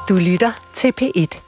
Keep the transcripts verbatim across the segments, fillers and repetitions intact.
Du lytter til P et.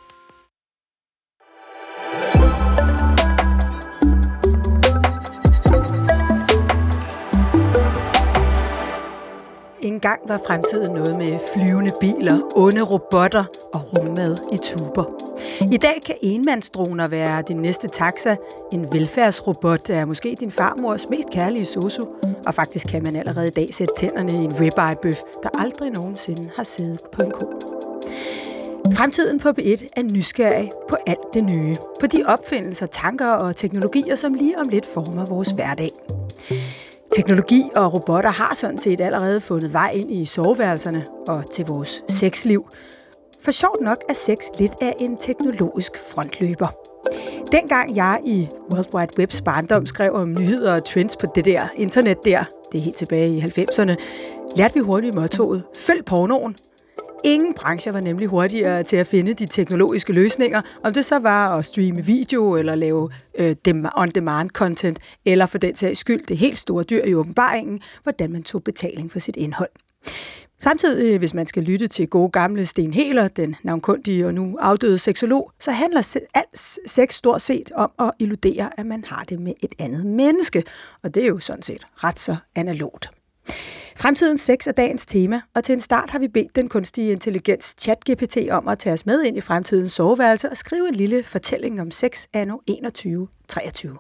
En gang var fremtiden noget med flyvende biler, onde robotter og rummad i tuber. I dag kan enmandsdroner være din næste taxa. En velfærdsrobot er måske din farmors mest kærlige sosu. Og faktisk kan man allerede i dag sætte tænderne i en ribeye-bøf, der aldrig nogensinde har siddet på en ko. Fremtiden på P et er nysgerrig på alt det nye. På de opfindelser, tanker og teknologier, som lige om lidt former vores hverdag. Teknologi og robotter har sådan set allerede fundet vej ind i soveværelserne og til vores sexliv. For sjovt nok er sex lidt af en teknologisk frontløber. Dengang jeg i World Wide Webs barndom skrev om nyheder og trends på det der internet der, det er helt tilbage i halvfemserne, lærte vi hurtigt mottoet: følg pornoen. Ingen brancher var nemlig hurtigere til at finde de teknologiske løsninger, om det så var at streame video eller lave øh, on-demand content, eller for den sags skyld det helt store dyr i åbenbaringen, hvordan man tog betaling for sit indhold. Samtidig, hvis man skal lytte til gode gamle Sten Heler, den navnkundige og nu afdøde seksolog, så handler alt sex stort set om at illudere, at man har det med et andet menneske. Og det er jo sådan set ret så analogt. Fremtidens sex er dagens tema, og til en start har vi bedt den kunstige intelligens ChatGPT om at tage os med ind i fremtidens soveværelse og skrive en lille fortælling om sex anno enogtyve treogtyve.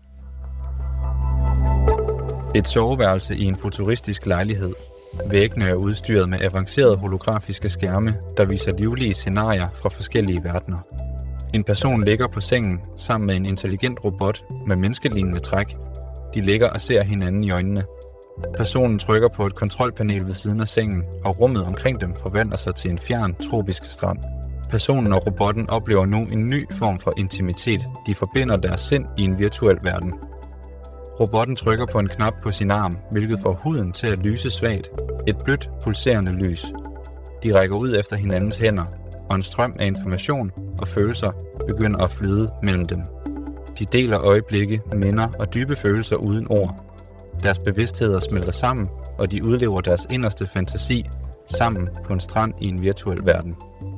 Et soveværelse i en futuristisk lejlighed. Væggene er udstyret med avancerede holografiske skærme, der viser livlige scenarier fra forskellige verdener. En person ligger på sengen sammen med en intelligent robot med menneskelignende træk. De ligger og ser hinanden i øjnene. Personen trykker på et kontrolpanel ved siden af sengen, og rummet omkring dem forvandler sig til en fjern, tropisk strand. Personen og robotten oplever nu en ny form for intimitet. De forbinder deres sind i en virtuel verden. Robotten trykker på en knap på sin arm, hvilket får huden til at lyse svagt. Et blødt, pulserende lys. De rækker ud efter hinandens hænder, og en strøm af information og følelser begynder at flyde mellem dem. De deler øjeblikke, minder og dybe følelser uden ord. Deres bevidstheder smelter sammen, og de udlever deres inderste fantasi sammen på en strand i en virtuel verden.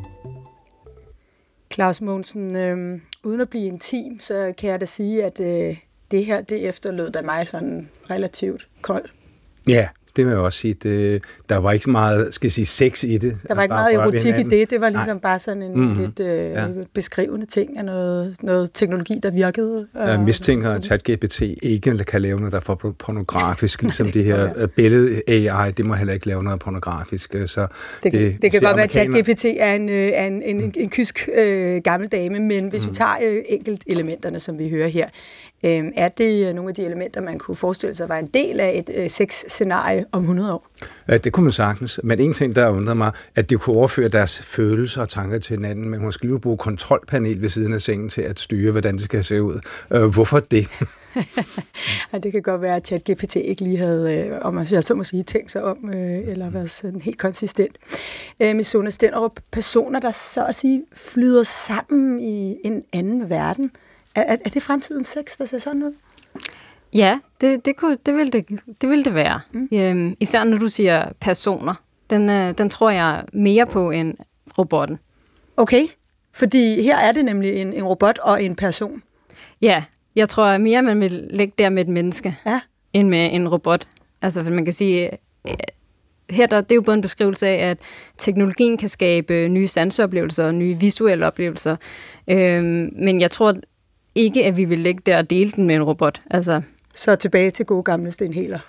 Claus Mogensen, øh, uden at blive intim, så kan jeg da sige, at øh, det her, det efterlod da mig sådan relativt kold. Ja, det vil jeg også sige. Det, der var ikke så meget, skal jeg sige, sex i det. Der var ikke meget erotik i det. Det var ligesom Nej. bare sådan en mm-hmm. lidt øh, ja. beskrivende ting af noget, noget teknologi, der virkede. Jeg mistænker, at ChatGPT ikke kan lave noget, der er for pornografisk, ligesom det her billede-A I, det må heller ikke lave noget pornografisk. Så det, det, det kan godt være, at ChatGPT er en, er en, en, en, en kysk øh, gammel dame, men hvis mm. vi tager øh, enkelt elementerne, som vi hører her, øh, er det nogle af de elementer, man kunne forestille sig var en del af et øh, sex-scenarie om hundrede år? Ja, det kunne man sagtens. Men en ting, der undrede mig, at de kunne overføre deres følelser og tanker til hinanden, men hun skulle jo bruge kontrolpanel ved siden af sengen til at styre, hvordan det skal se ud. Øh, hvorfor det? Ja, det kan godt være, at ChatGPT ikke lige havde, øh, om jeg så må sige, tænkt sig om, øh, eller været sådan helt konsistent. Øh, Misona Stenderup, personer, der så at sige flyder sammen i en anden verden. Er, er, er det fremtidens sex, der ser sådan ud? Ja, det, det, kunne, det, vil det, det vil det være. Mm. Øhm, især når du siger personer. Den, øh, den tror jeg mere på end robotten. Okay, fordi her er det nemlig en, en robot og en person. Ja, jeg tror mere, man vil lægge der med et menneske, ja. end med en robot. Altså, for man kan sige, øh, her der, det er jo både en beskrivelse af, at teknologien kan skabe nye sanseoplevelser og nye visuelle oplevelser. Øhm, men jeg tror ikke, at vi vil lægge der og dele den med en robot. Altså, så tilbage til gode gamle Sten Heler.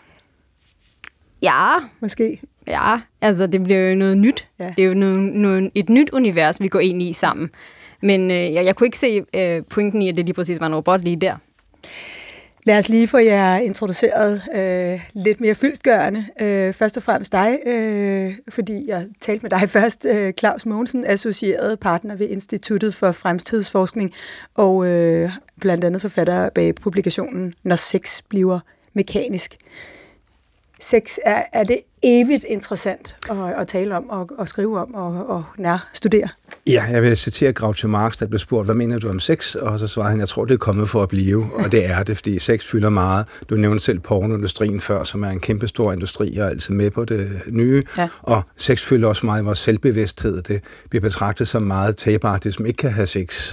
Ja. Måske. Ja, altså det bliver jo noget nyt. Ja. Det er jo noget, noget, et nyt univers, vi går ind i sammen. Men øh, jeg, jeg kunne ikke se øh, pointen i, at det lige præcis var en robot lige der. Lad os lige få jer introduceret øh, lidt mere fyldestgørende. Øh, først og fremmest dig, øh, fordi jeg talte med dig først, øh, Claus Mogensen, associeret partner ved Instituttet for Fremtidsforskning, og øh, blandt andet forfatter bag publikationen Når sex bliver mekanisk. sex, er, er det evigt interessant at, at tale om og at skrive om og, og nær studere? Ja, jeg vil citere Groucho Marx, der blev spurgt, hvad mener du om sex? Og så svarede han, jeg tror, det er kommet for at blive, og det er det, fordi sex fylder meget. Du nævnte selv pornoindustrien før, som er en kæmpestor industri, og er altid med på det nye, ja. Og sex fylder også meget i vores selvbevidsthed. Det bliver betragtet som meget tabuagtigt, som ikke kan have sex.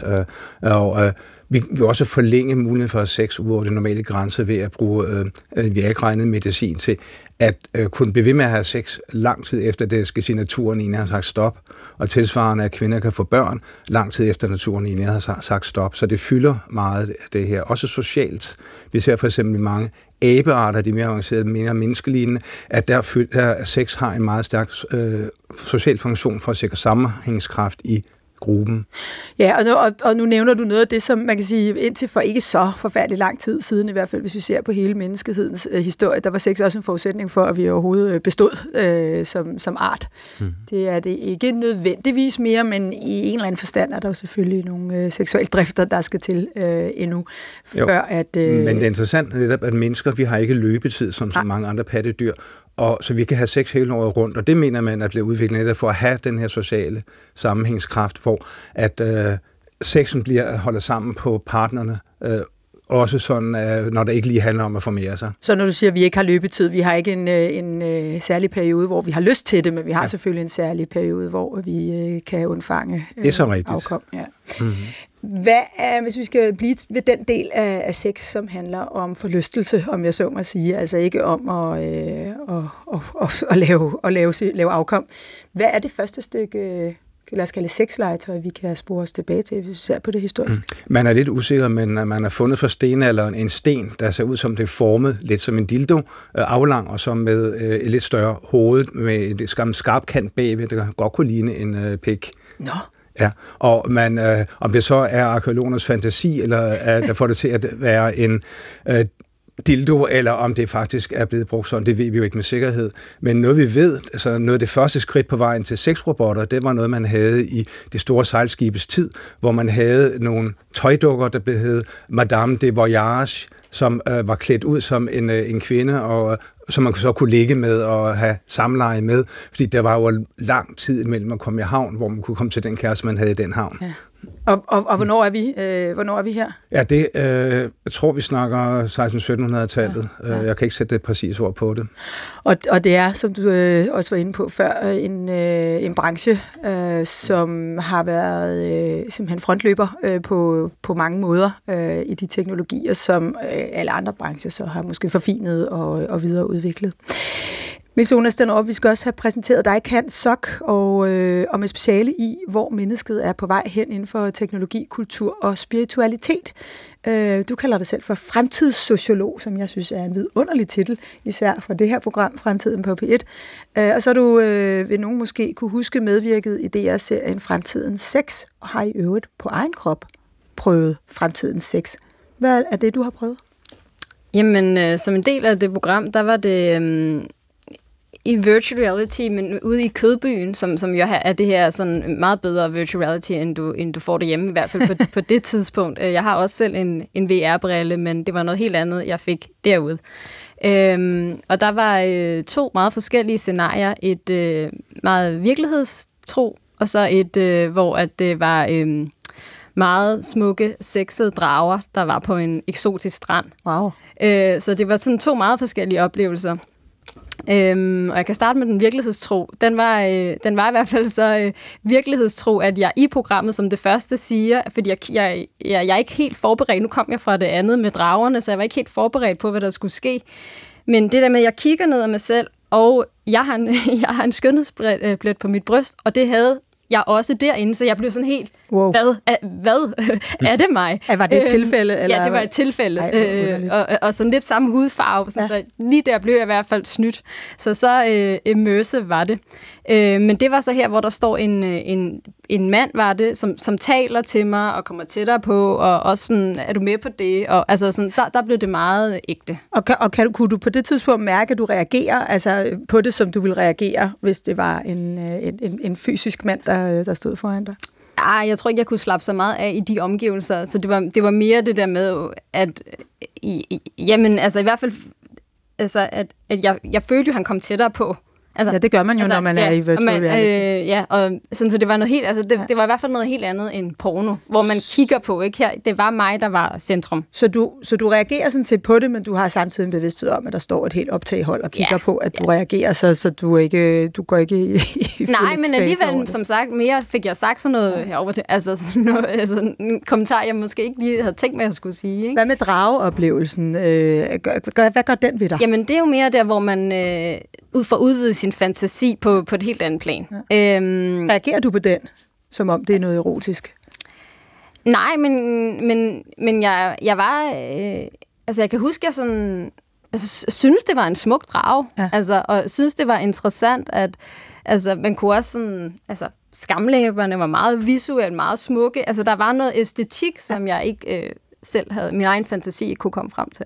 Og vi vil også forlænge muligheden for at have sex ud over de normale grænser ved at bruge øh, virkeregnet medicin til at øh, kunne blive ved med at have sex lang tid efter det skal sige naturen egentlig har sagt stop, og tilsvarende at kvinder kan få børn lang tid efter naturen egentlig har sagt stop. Så det fylder meget det her, også socialt. Vi ser for eksempel mange abearter, de mere avancerede, mere menneskelignende, at der, fyld, der sex har en meget stærk øh, social funktion for at sikre sammenhængskraft i gruppen. Ja, og nu, og, og nu nævner du noget af det, som man kan sige, indtil for ikke så forfærdelig lang tid siden, i hvert fald hvis vi ser på hele menneskehedens øh, historie, der var sex også en forudsætning for, at vi overhovedet bestod øh, som, som art. Mm. Det er det ikke nødvendigvis mere, men i en eller anden forstand er der jo selvfølgelig nogle øh, seksuelle drifter, der skal til øh, endnu, jo. før at... Øh... Men det er interessant netop, at mennesker, vi har ikke løbetid, som så mange andre pattedyr, og så vi kan have sex hele året rundt, og det mener man at blive udviklet netop for at have den her sociale sammenhængskraft, hvor at øh, sexen bliver holdt sammen på partnerne, øh, også sådan, øh, når det ikke lige handler om at formere sig. Så når du siger, at vi ikke har løbetid, vi har ikke en, en, en særlig periode, hvor vi har lyst til det, men vi har ja. selvfølgelig en særlig periode, hvor vi øh, kan undfange øh, det er så rigtigt. afkom. Ja. Mm-hmm. Hvad er, hvis vi skal blive ved den del af, af sex, som handler om forlystelse, om jeg så må sige, altså ikke om at, øh, at, at, at, at, lave, at lave, lave afkom. Hvad er det første stykke, lad os kalde det sexlegetøj, vi kan spore os tilbage til, hvis vi ser på det historisk? Mm. Man er lidt usikker, men man har fundet fra stenalderen en sten, der ser ud som det er formet lidt som en dildo, aflang og så med et lidt større hoved med et skarp kant bagved, der godt kunne ligne en øh, pik. Nå. Ja, og man, øh, om det så er arkæologernes fantasi, eller øh, der får det til at være en øh, dildo, eller om det faktisk er blevet brugt sådan, det ved vi jo ikke med sikkerhed. Men noget vi ved, altså noget af det første skridt på vejen til sexrobotter, det var noget, man havde i det store sejlskibes tid, hvor man havde nogle tøjdukker, der blev Madame de Voyage, som øh, var klædt ud som en, øh, en kvinde, og som man så kunne ligge med og have samleje med, fordi der var jo lang tid imellem at komme i havn, hvor man kunne komme til den kæreste, man havde i den havn. Ja. Og, og, og hvornår er vi øh, hvornår er vi her? Ja, det øh, jeg tror vi snakker seksten sytten hundrede-tallet. Ja, ja. Jeg kan ikke sætte det præcis ord på det. Og, og det er, som du øh, også var inde på før, en øh, en branche, øh, som har været øh, simpelthen frontløber øh, på på mange måder øh, i de teknologier, som øh, alle andre brancher så har måske forfinet og, og videreudviklet. Niels Jonas Stenderup, vi skal også have præsenteret dig, Kant Sok, og, øh, og med speciale i, hvor mennesket er på vej hen inden for teknologi, kultur og spiritualitet. Øh, du kalder dig selv for fremtidssociolog, som jeg synes er en vidunderlig titel, især for det her program, Fremtiden på P et. Øh, og så du, øh, vil nogen måske kunne huske, medvirket i D R-serien Fremtidens sex, og har i øvrigt på egen krop prøvet Fremtidens sex. Hvad er det, du har prøvet? Jamen, øh, som en del af det program, der var det... Øh i virtual reality, men ude i Kødbyen, som, som jo er det her sådan meget bedre virtual reality, end du, end du får det hjemme, i hvert fald på, på det tidspunkt. Jeg har også selv en, en V R-brille, men det var noget helt andet, jeg fik derude. Øhm, og der var øh, to meget forskellige scenarier. Et øh, meget virkelighedstro, og så et, øh, hvor at det var øh, meget smukke, sexede drager, der var på en eksotisk strand. Wow. Øh, så det var sådan to meget forskellige oplevelser. Øhm, og jeg kan starte med den virkelighedstro. Den var, øh, den var i hvert fald så øh, virkelighedstro, at jeg i programmet som det første siger, fordi jeg, jeg, jeg, jeg er ikke helt forberedt, nu kom jeg fra det andet med dragerne, så jeg var ikke helt forberedt på, hvad der skulle ske. Men det der med, at jeg kigger ned af mig selv, og jeg har en, jeg har en skønhedsplet på mit bryst, og det havde jeg også derinde, så jeg blev sådan helt, wow. hvad, er, hvad er det mig? Var det et tilfælde? Øh, eller? Ja, det var et tilfælde, Ej, øh, og, og sådan lidt samme hudfarve, sådan, ja. Så lige der blev jeg i hvert fald snydt. Så så øh, immersive var det. Øh, men det var så her, hvor der står en, en, en mand, var det, som, som taler til mig og kommer tættere på, og også sådan, er du med på det? Og altså sådan, der, der blev det meget ægte. Og, kan, og kan, kunne du på det tidspunkt mærke, at du reagerer altså på det, som du ville reagere, hvis det var en, en, en, en fysisk mand, der, der stod foran dig? Ah, jeg tror ikke, jeg kunne slappe så meget af i de omgivelser. Så det var, det var mere det der med, at i, i, jamen, altså i hvert fald altså, at, at jeg, jeg følte jo, han kom tættere på. Altså, ja, det gør man jo, altså, når man ja, er i virtual man, reality. Øh, ja, og sådan, så det var noget helt, altså, det, ja. det var i hvert fald noget helt andet end porno, hvor man kigger på, ikke? Her, det var mig, der var centrum. Så du, så du reagerer sådan set på det, men du har samtidig en bevidsthed om, at der står et helt optaghold og kigger ja, på, at du ja. reagerer, så, så du, ikke, du går ikke i, i nej, men alligevel, som sagt, mere fik jeg sagt sådan noget ja. herovre, altså, sådan noget, altså en kommentar, jeg måske ikke lige havde tænkt mig, at jeg skulle sige. Ikke? Hvad med drageoplevelsen? Øh, gør, gør, hvad gør den ved dig? Jamen, det er jo mere der, hvor man øh, ud får udvidet sin fantasi på, på et helt andet plan. Ja. Øhm, Reagerer du på den, som om det er noget erotisk? Nej, men, men, men jeg, jeg var... Øh, altså, jeg kan huske, jeg sådan... Altså, synes, det var en smuk drage. Ja. Altså, og synes, det var interessant, at altså, man kunne også sådan... Altså, skamlæberne var meget visuelt, meget smukke. Altså, der var noget æstetik, som ja. jeg ikke øh, selv havde... Min egen fantasi ikke kunne komme frem til.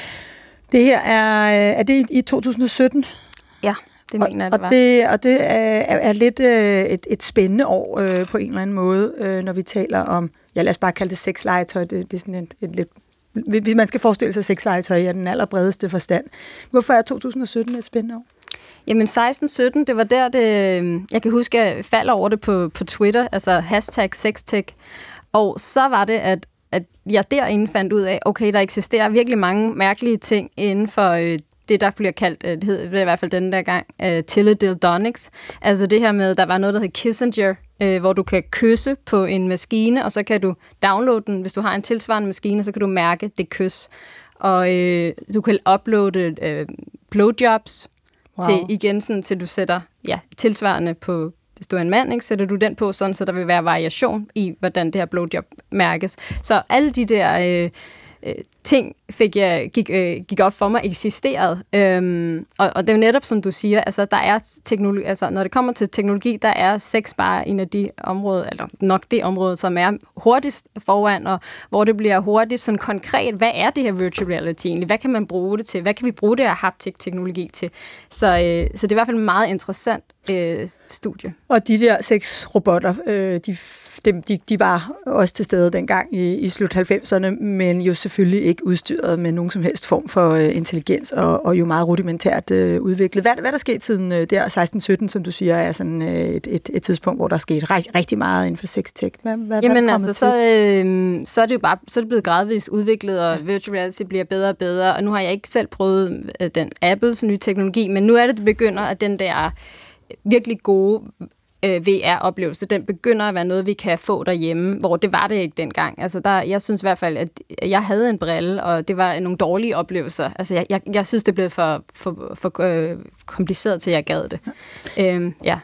Det her er... Er det i to tusind og sytten? Ja. Det mener jeg, det var. Og det, og det er, er lidt øh, et, et spændende år øh, på en eller anden måde, øh, når vi taler om, ja lad os bare kalde det sexlegetøj, det, det er sådan et, et lidt, hvis man skal forestille sig sexlegetøj i den allerbredeste forstand. Hvorfor er to tusind og sytten et spændende år? Jamen seksten sytten, det var der, det, jeg kan huske, at jeg faldt over det på, på Twitter, altså hashtag sextech, og så var det, at, at jeg derinde fandt ud af, okay, der eksisterer virkelig mange mærkelige ting inden for øh, det, der bliver kaldt, det hed det i hvert fald denne der gang, uh, teledildonics. Altså det her med, der var noget, der hed Kissinger, uh, hvor du kan kysse på en maskine, og så kan du downloade den. Hvis du har en tilsvarende maskine, så kan du mærke det kys. Og uh, du kan uploade uh, blowjobs wow. til igen, sådan, til du sætter ja, tilsvarende på, hvis du er en mand, ikke, sætter du den på, sådan, så der vil være variation i, hvordan det her blowjob mærkes. Så alle de der... Uh, ting fik jeg, gik, øh, gik op for mig, eksisterede. Øhm, og, og det er jo netop, som du siger, altså, der er teknologi, altså, når det kommer til teknologi, der er sex bare en af de områder, eller nok det område, som er hurtigst foran, og hvor det bliver hurtigt, sådan konkret, hvad er det her virtual reality egentlig? Hvad kan man bruge det til? Hvad kan vi bruge det her haptic-teknologi til? Så, øh, så det er i hvert fald en meget interessant øh, studie. Og de der seks robotter, øh, de, de, de, de var også til stede dengang i, i slut halvfemserne, men jo selvfølgelig ikke udstyret med nogen som helst form for øh, intelligens, og, og jo meget rudimentært øh, udviklet. Hvad, hvad der skete siden øh, der seksten sytten, som du siger, er sådan øh, et, et, et tidspunkt, hvor der er sket rigtig, rigtig meget inden for sextech. Hvad, hvad, Jamen hvad altså, så, øh, så er det jo bare så er det blevet gradvist udviklet, og ja. virtual reality bliver bedre og bedre, og nu har jeg ikke selv prøvet øh, den Apples nye teknologi, men nu er det, det begynder, at den der virkelig gode øh, V R-oplevelse, den begynder at være noget, vi kan få derhjemme, hvor det var det ikke dengang. Altså der, jeg synes i hvert fald, at jeg havde en brille, og det var nogle dårlige oplevelser. Altså jeg, jeg, jeg synes, det blev for, for, for øh, kompliceret til, at jeg gad det. Ja. Øhm, ja.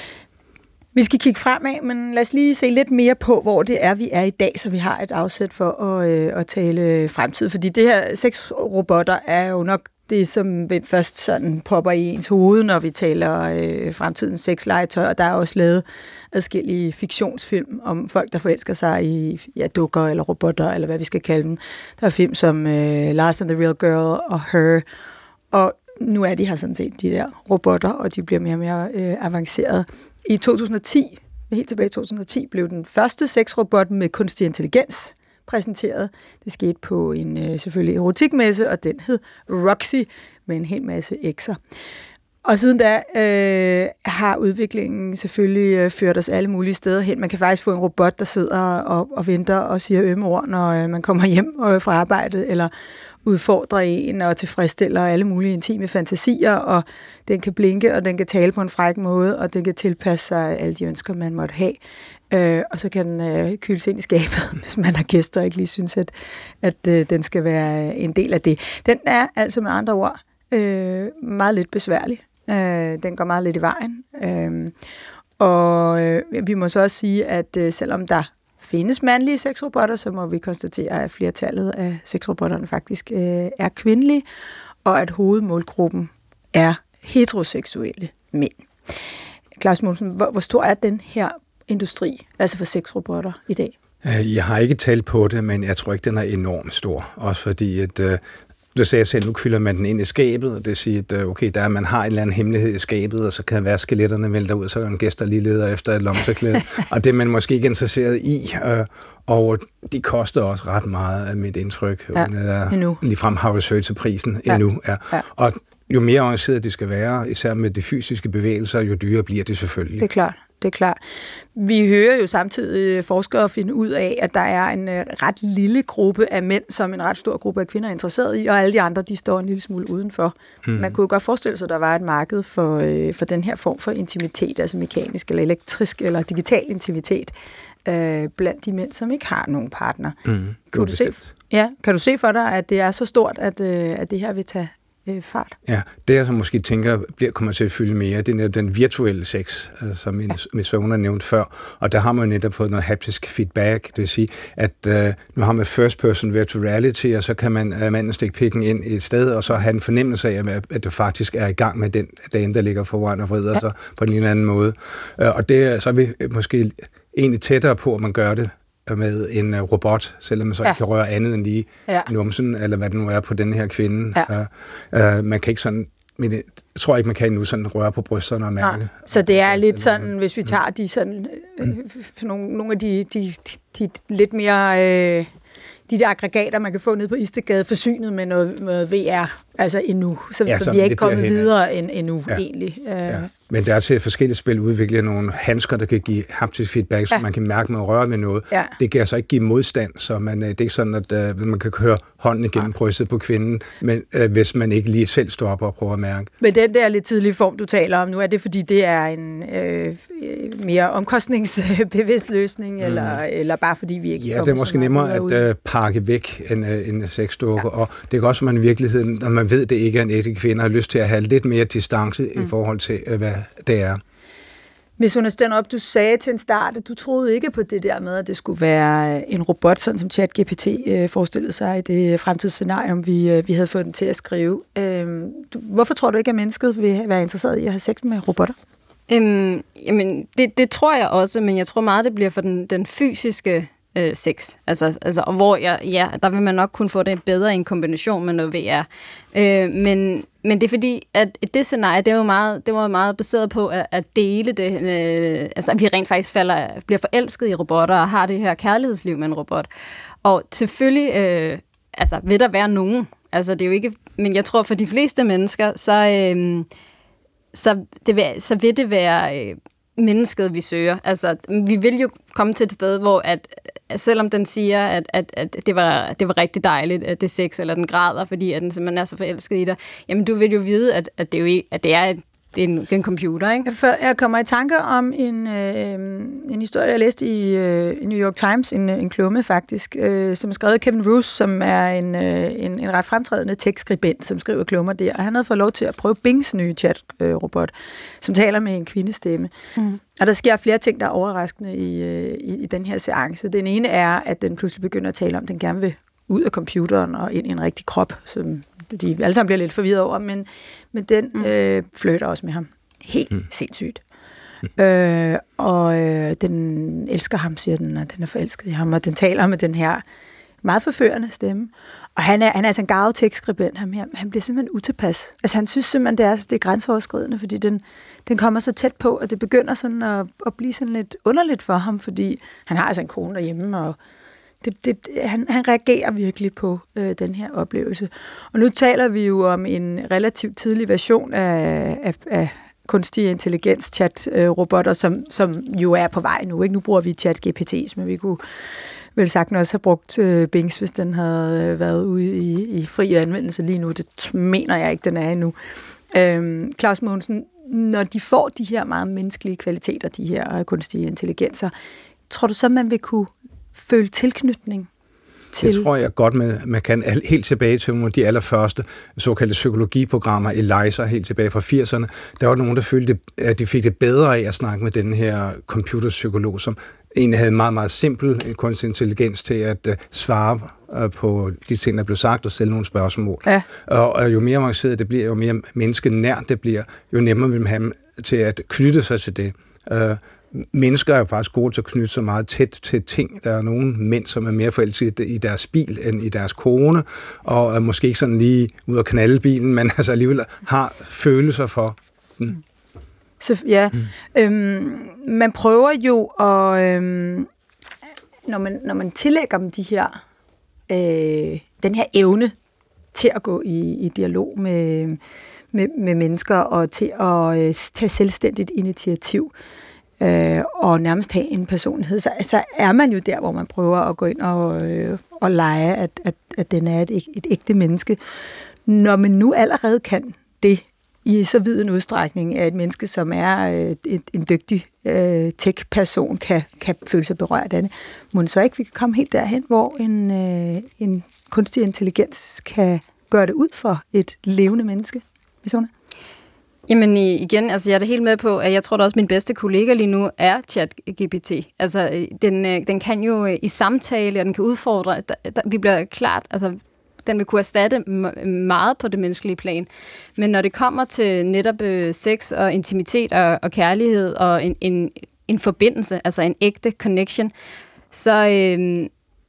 Vi skal kigge fremad, men lad os lige se lidt mere på, hvor det er, vi er i dag, så vi har et afsæt for at, øh, at tale fremtid. Fordi det her sexrobotter er jo nok det, som først sådan popper i ens hoved, når vi taler øh, fremtidens sexlegetøj, og der er også lavet adskillige fiktionsfilm om folk, der forelsker sig i ja, dukker eller robotter, eller hvad vi skal kalde dem. Der er film som øh, Lars and the Real Girl og Her, og nu er de her sådan set de der robotter, og de bliver mere og mere øh, avancerede. I to tusind og ti, helt tilbage i to tusind og ti, blev den første sexrobot med kunstig intelligens præsenteret. Det skete på en øh, selvfølgelig erotikmesse, og den hed Roxy med en hel masse X'er. Og siden da øh, har udviklingen selvfølgelig øh, ført os alle mulige steder hen. Man kan faktisk få en robot, der sidder og, og venter og siger ømme ord, når øh, man kommer hjem øh, fra arbejdet, eller udfordrer en og tilfredsstiller alle mulige intime fantasier, og den kan blinke, og den kan tale på en fræk måde, og den kan tilpasse sig alle de ønsker, man måtte have. Øh, og så kan den øh, køles ind i skabet, hvis man har gæster og ikke lige synes, at, at øh, den skal være en del af det. Den er altså med andre ord øh, meget lidt besværlig. Øh, den går meget lidt i vejen. Øh, og øh, vi må så også sige, at øh, selvom der findes mandlige sexrobotter, så må vi konstatere, at flertallet af sexrobotterne faktisk øh, er kvindelige, og at hovedmålgruppen er heteroseksuelle mænd. Claus Mogensen, hvor, hvor stor er den her industri, altså for sexrobotter i dag? Jeg har ikke talt på det, men jeg tror ikke, den er enormt stor. Også fordi, at øh, Du sagde selv, nu kylder man den ind i skabet, og det siger, at okay, der, man har en eller anden hemmelighed i skabet, og så kan være skeletterne vælte ud, så er en gæst, der lige leder efter et lommetørklæde, og det er man måske ikke interesseret i, øh, og de koster også ret meget af mit indtryk, ja, uden at endnu. ligefrem har researchet prisen ja. endnu. Ja. Ja. Og jo mere avanceret det skal være, især med de fysiske bevægelser, jo dyrere bliver det selvfølgelig. Det er klart. Det er klart. Vi hører jo samtidig forskere finde ud af, at der er en ret lille gruppe af mænd, som en ret stor gruppe af kvinder er interesseret i, og alle de andre, de står en lille smule udenfor. Hmm. Man kunne jo godt forestille sig, at der var et marked for, øh, for den her form for intimitet, altså mekanisk eller elektrisk eller digital intimitet, øh, blandt de mænd, som ikke har nogen partner. Hmm. Kan, du se, ja, kan du se for dig, at det er så stort, at, øh, at det her vil tage øh, fart? Ja, det jeg så måske tænker, bliver, kommer til at fylde mere, det er den virtuelle sex, øh, som ja. Miss Svone nævnt før, og der har man netop fået noget haptisk feedback, det vil sige, at øh, nu har man first person virtual reality, og så kan man øh, manden stikke pikken ind i et sted, og så have en fornemmelse af, at du faktisk er i gang med den dame, der ligger foran og vrider ja. sig på en eller anden måde. Øh, og det så er vi måske egentlig tættere på, at man gør det med en robot, selvom man så ja. ikke kan røre andet end lige ja. numsen, eller hvad det nu er på den her kvinde. Ja. Uh, uh, man kan ikke sådan, men jeg tror ikke, man kan nu sådan røre på brysterne og mærke. Så det er lidt sådan, hvis vi tager de sådan, øh, nogle, nogle af de, de, de, de lidt mere, øh, de der aggregater, man kan få ned på Istedgade, forsynet med noget, noget V R, altså endnu, så, ja, så vi er ikke kommet videre end, endnu ja. egentlig. Uh, ja. Men der er til forskellige spil udviklet nogle handsker, der kan give haptisk feedback, så ja. man kan mærke, at man rører med noget. Ja. Det kan altså ikke give modstand, så man, det er ikke sådan, at uh, man kan høre hånden igennem ja. brystet på kvinden, men uh, hvis man ikke lige selv står op og prøver at mærke. Men den der lidt tidlige form, du taler om nu, er det fordi, det er en øh, mere omkostningsbevidst løsning, mm. eller, eller bare fordi vi ikke... Ja, det er måske nemmere at uh, pakke væk en, uh, en sexdukke, ja. og det kan også, at man i virkeligheden, når man ved, det ikke er en ægte kvinde, har lyst til at have lidt mere distance mm. i forhold til, uh, hvad det er. Hvis hun er stået op, du sagde til en start, at du troede ikke på det der med, at det skulle være en robot, sådan som ChatGPT øh, forestillede sig i det fremtidsscenarium, vi, øh, vi havde fået den til at skrive. Øh, du, hvorfor tror du ikke, at mennesket vil være interesseret i at have sex med robotter? Øhm, jamen, det, det tror jeg også, men jeg tror meget, det bliver for den, den fysiske øh, sex. Altså, altså, og hvor jeg, ja, der vil man nok kunne få det bedre i en kombination med noget V R. Øh, men, men det er fordi, at det scenarie, det var meget, det var meget baseret på at, at dele det. Øh, altså, at vi rent faktisk falder, bliver forelsket i robotter og har det her kærlighedsliv med en robot. Og selvfølgelig, øh, altså, vil der være nogen. Altså, det er jo ikke, men jeg tror, for de fleste mennesker, så, øh, så, det vil, så vil det være... Øh, mennesket, vi søger. Altså, vi vil jo komme til et sted, hvor at, at selvom den siger, at, at, at det, var, det var rigtig dejligt, at det er sex, eller den græder, fordi at den simpelthen er så forelsket i dig, jamen du vil jo vide, at, at, det, er jo, at det er et Det er en, det er en computer, ikke? For jeg kommer i tanke om en, øh, en historie, jeg læste i øh, New York Times, en, en klumme faktisk, øh, som er skrevet af Kevin Roose, som er en, øh, en, en ret fremtrædende tekstskribent, som skriver klummer der. Og han havde fået lov til at prøve Bings nye chat-robot, som taler med en kvindestemme. Mm. Og der sker flere ting, der er overraskende i, øh, i, i den her seance. Den ene er, at den pludselig begynder at tale om, at den gerne vil ud af computeren og ind i en rigtig krop, som de alle sammen bliver lidt forvirret over, men, men den mm. øh, flytter også med ham. Helt mm. sindssygt. Mm. Øh, og øh, den elsker ham, siger den, og den er forelsket i ham, og den taler med den her meget forførende stemme. Og han er, han er altså en garvet tekstskribent, ham her. Han bliver simpelthen utilpas. Altså han synes simpelthen, det er, det er grænseoverskridende, fordi den, den kommer så tæt på, at det begynder sådan at, at blive sådan lidt underligt for ham, fordi han har altså en kone derhjemme, og Det, det, han, han reagerer virkelig på øh, den her oplevelse. Og nu taler vi jo om en relativt tidlig version af, af, af kunstig intelligens chat-robotter, som, som jo er på vej nu. Ikke? Nu bruger vi chat-G P T's, men vi kunne vel sagtens også have brugt øh, Bings, hvis den havde været ude i, i fri anvendelse lige nu. Det mener jeg ikke, den er endnu. Øhm, Claus Mogensen, når de får de her meget menneskelige kvaliteter, de her kunstige intelligenser, tror du så, man vil kunne føle tilknytning til? Det tror jeg godt, med, man kan helt tilbage til nogle af de allerførste såkaldte psykologiprogrammer, ELIZA, helt tilbage fra firserne. Der var nogen, der følte, at de fik det bedre af at snakke med den her computerpsykolog, som egentlig havde meget, meget simpel kunstig intelligens til at uh, svare uh, på de ting, der blev sagt, og stille nogle spørgsmål. Ja. Og, og jo mere avanceret det bliver, jo mere menneskenært det bliver, jo nemmere vil man have til at knytte sig til det. Uh, mennesker er jo faktisk gode til at knytte sig meget tæt til ting. Der er nogle mænd, som er mere forelsket i deres bil end i deres kone, og er måske ikke sådan lige ud at knalde bilen, men altså alligevel har følelser for den. Så, ja, mm. øhm, man prøver jo at, øhm, når, man, når man tillægger dem de her, øh, den her evne til at gå i, i dialog med, med, med mennesker og til at øh, tage selvstændigt initiativ øh, og nærmest have en personlighed, så altså, er man jo der, hvor man prøver at gå ind og, øh, og lege, at, at, at den er et, et ægte menneske. Når man nu allerede kan det, i så vid en udstrækning, at et menneske, som er et, et, en dygtig øh, tech-person, kan, kan føle sig berørt af det. Må så ikke vi kan komme helt derhen, hvor en, øh, en kunstig intelligens kan gøre det ud for et levende menneske? Misona? Jamen igen, altså jeg er da helt med på, at jeg tror da også, at min bedste kollega lige nu er ChatGPT. Altså den, den kan jo i samtale, og den kan udfordre. Der, der, vi bliver klart, altså den vil kunne erstatte meget på det menneskelige plan. Men når det kommer til netop øh, sex og intimitet og, og kærlighed og en, en, en forbindelse, altså en ægte connection, så øh,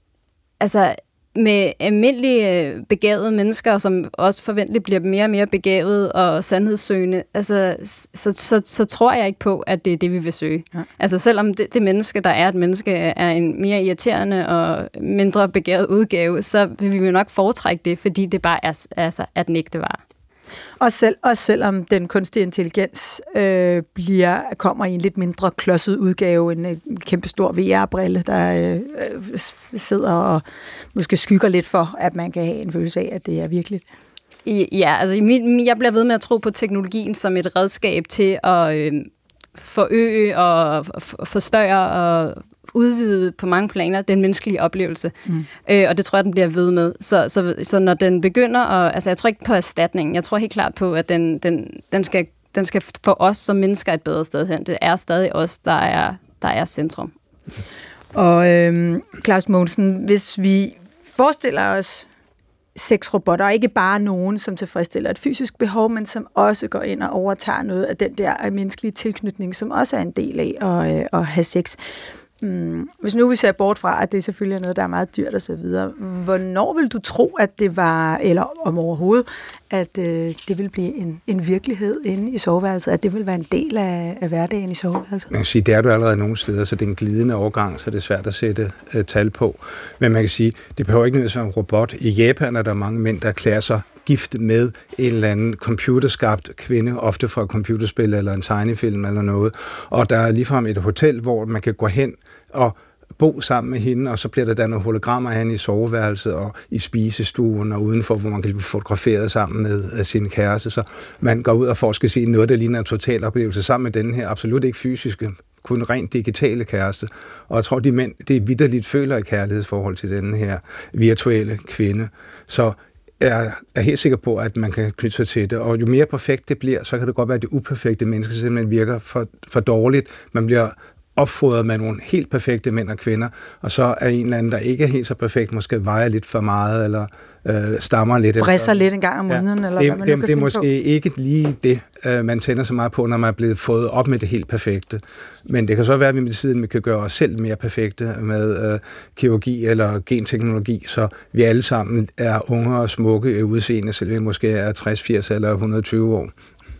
altså med almindelige begavede mennesker, som også forventeligt bliver mere og mere begavet og sandhedssøgende, altså, så, så, så tror jeg ikke på, at det er det, vi vil søge. Ja. Altså selvom det, det menneske, der er et menneske, er en mere irriterende og mindre begavet udgave, så vil vi jo nok foretrække det, fordi det bare er, altså, er den ægte vare. Og selv, også selvom den kunstige intelligens øh, bliver, kommer i en lidt mindre klodset udgave, en, en kæmpe stor V R-brille, der øh, sidder og måske skygger lidt for, at man kan have en følelse af, at det er virkeligt. Ja, altså jeg bliver ved med at tro på teknologien som et redskab til at øh, forøge og forstørre og udvide på mange planer den menneskelige oplevelse. Mm. Øh, og det tror jeg, den bliver ved med. Så, så, så når den begynder at... Altså, jeg tror ikke på erstatning. Jeg tror helt klart på, at den, den, den, skal, den skal få os som mennesker et bedre sted hen. Det er stadig os, der er, der er centrum. Og øhm, Claus Mogensen, hvis vi forestiller os sexrobotter, ikke bare nogen, som tilfredsstiller et fysisk behov, men som også går ind og overtager noget af den der menneskelige tilknytning, som også er en del af at, øh, at have sex. Hmm. Hvis nu vi ser bort fra, at det selvfølgelig er noget, der er meget dyrt og så videre, hvornår vil du tro, at det var, eller om overhovedet, at øh, det vil blive en, en virkelighed inde i soveværelset, at det vil være en del af, af hverdagen i soveværelset? Man kan sige, det er du allerede nogle steder, så det er en glidende overgang, så det er svært at sætte øh, tal på. Men man kan sige, det behøver ikke nødvendigvis være en robot. I Japan er der mange mænd, der erklærer sig gift med en eller anden computerskabt kvinde, ofte fra et computerspil eller en tegnefilm eller noget. Og der er ligefrem et hotel, hvor man kan gå hen og bo sammen med hende, og så bliver der der nogle hologrammer af hende i soveværelset og i spisestuen og udenfor, hvor man kan blive fotograferet sammen med sin kæreste. Så man går ud og får, skal sige, noget, der ligner en total oplevelse sammen med den her absolut ikke fysiske, kun rent digitale kæreste. Og jeg tror, de mænd, det er vitterligt føler i kærlighedsforhold til den her virtuelle kvinde. Så jeg er helt sikker på, at man kan knytte sig til det. Og jo mere perfekt det bliver, så kan det godt være, at det uperfekte menneske simpelthen virker for, for dårligt. Man bliver opfordret med nogle helt perfekte mænd og kvinder, og så er en eller anden, der ikke er helt så perfekt, måske vejer lidt for meget, eller øh, stammer lidt. Bræsser lidt en gang om måneden, ja, eller det, hvad man det, nu kan det er måske på. Ikke lige det, øh, man tænder så meget på, når man er blevet fået op med det helt perfekte. Men det kan så være, at vi med tiden vi kan gøre os selv mere perfekte med øh, kirurgi eller genteknologi, så vi alle sammen er unge og smukke i udseende, selv vi måske er tres, firs eller et hundrede og tyve år.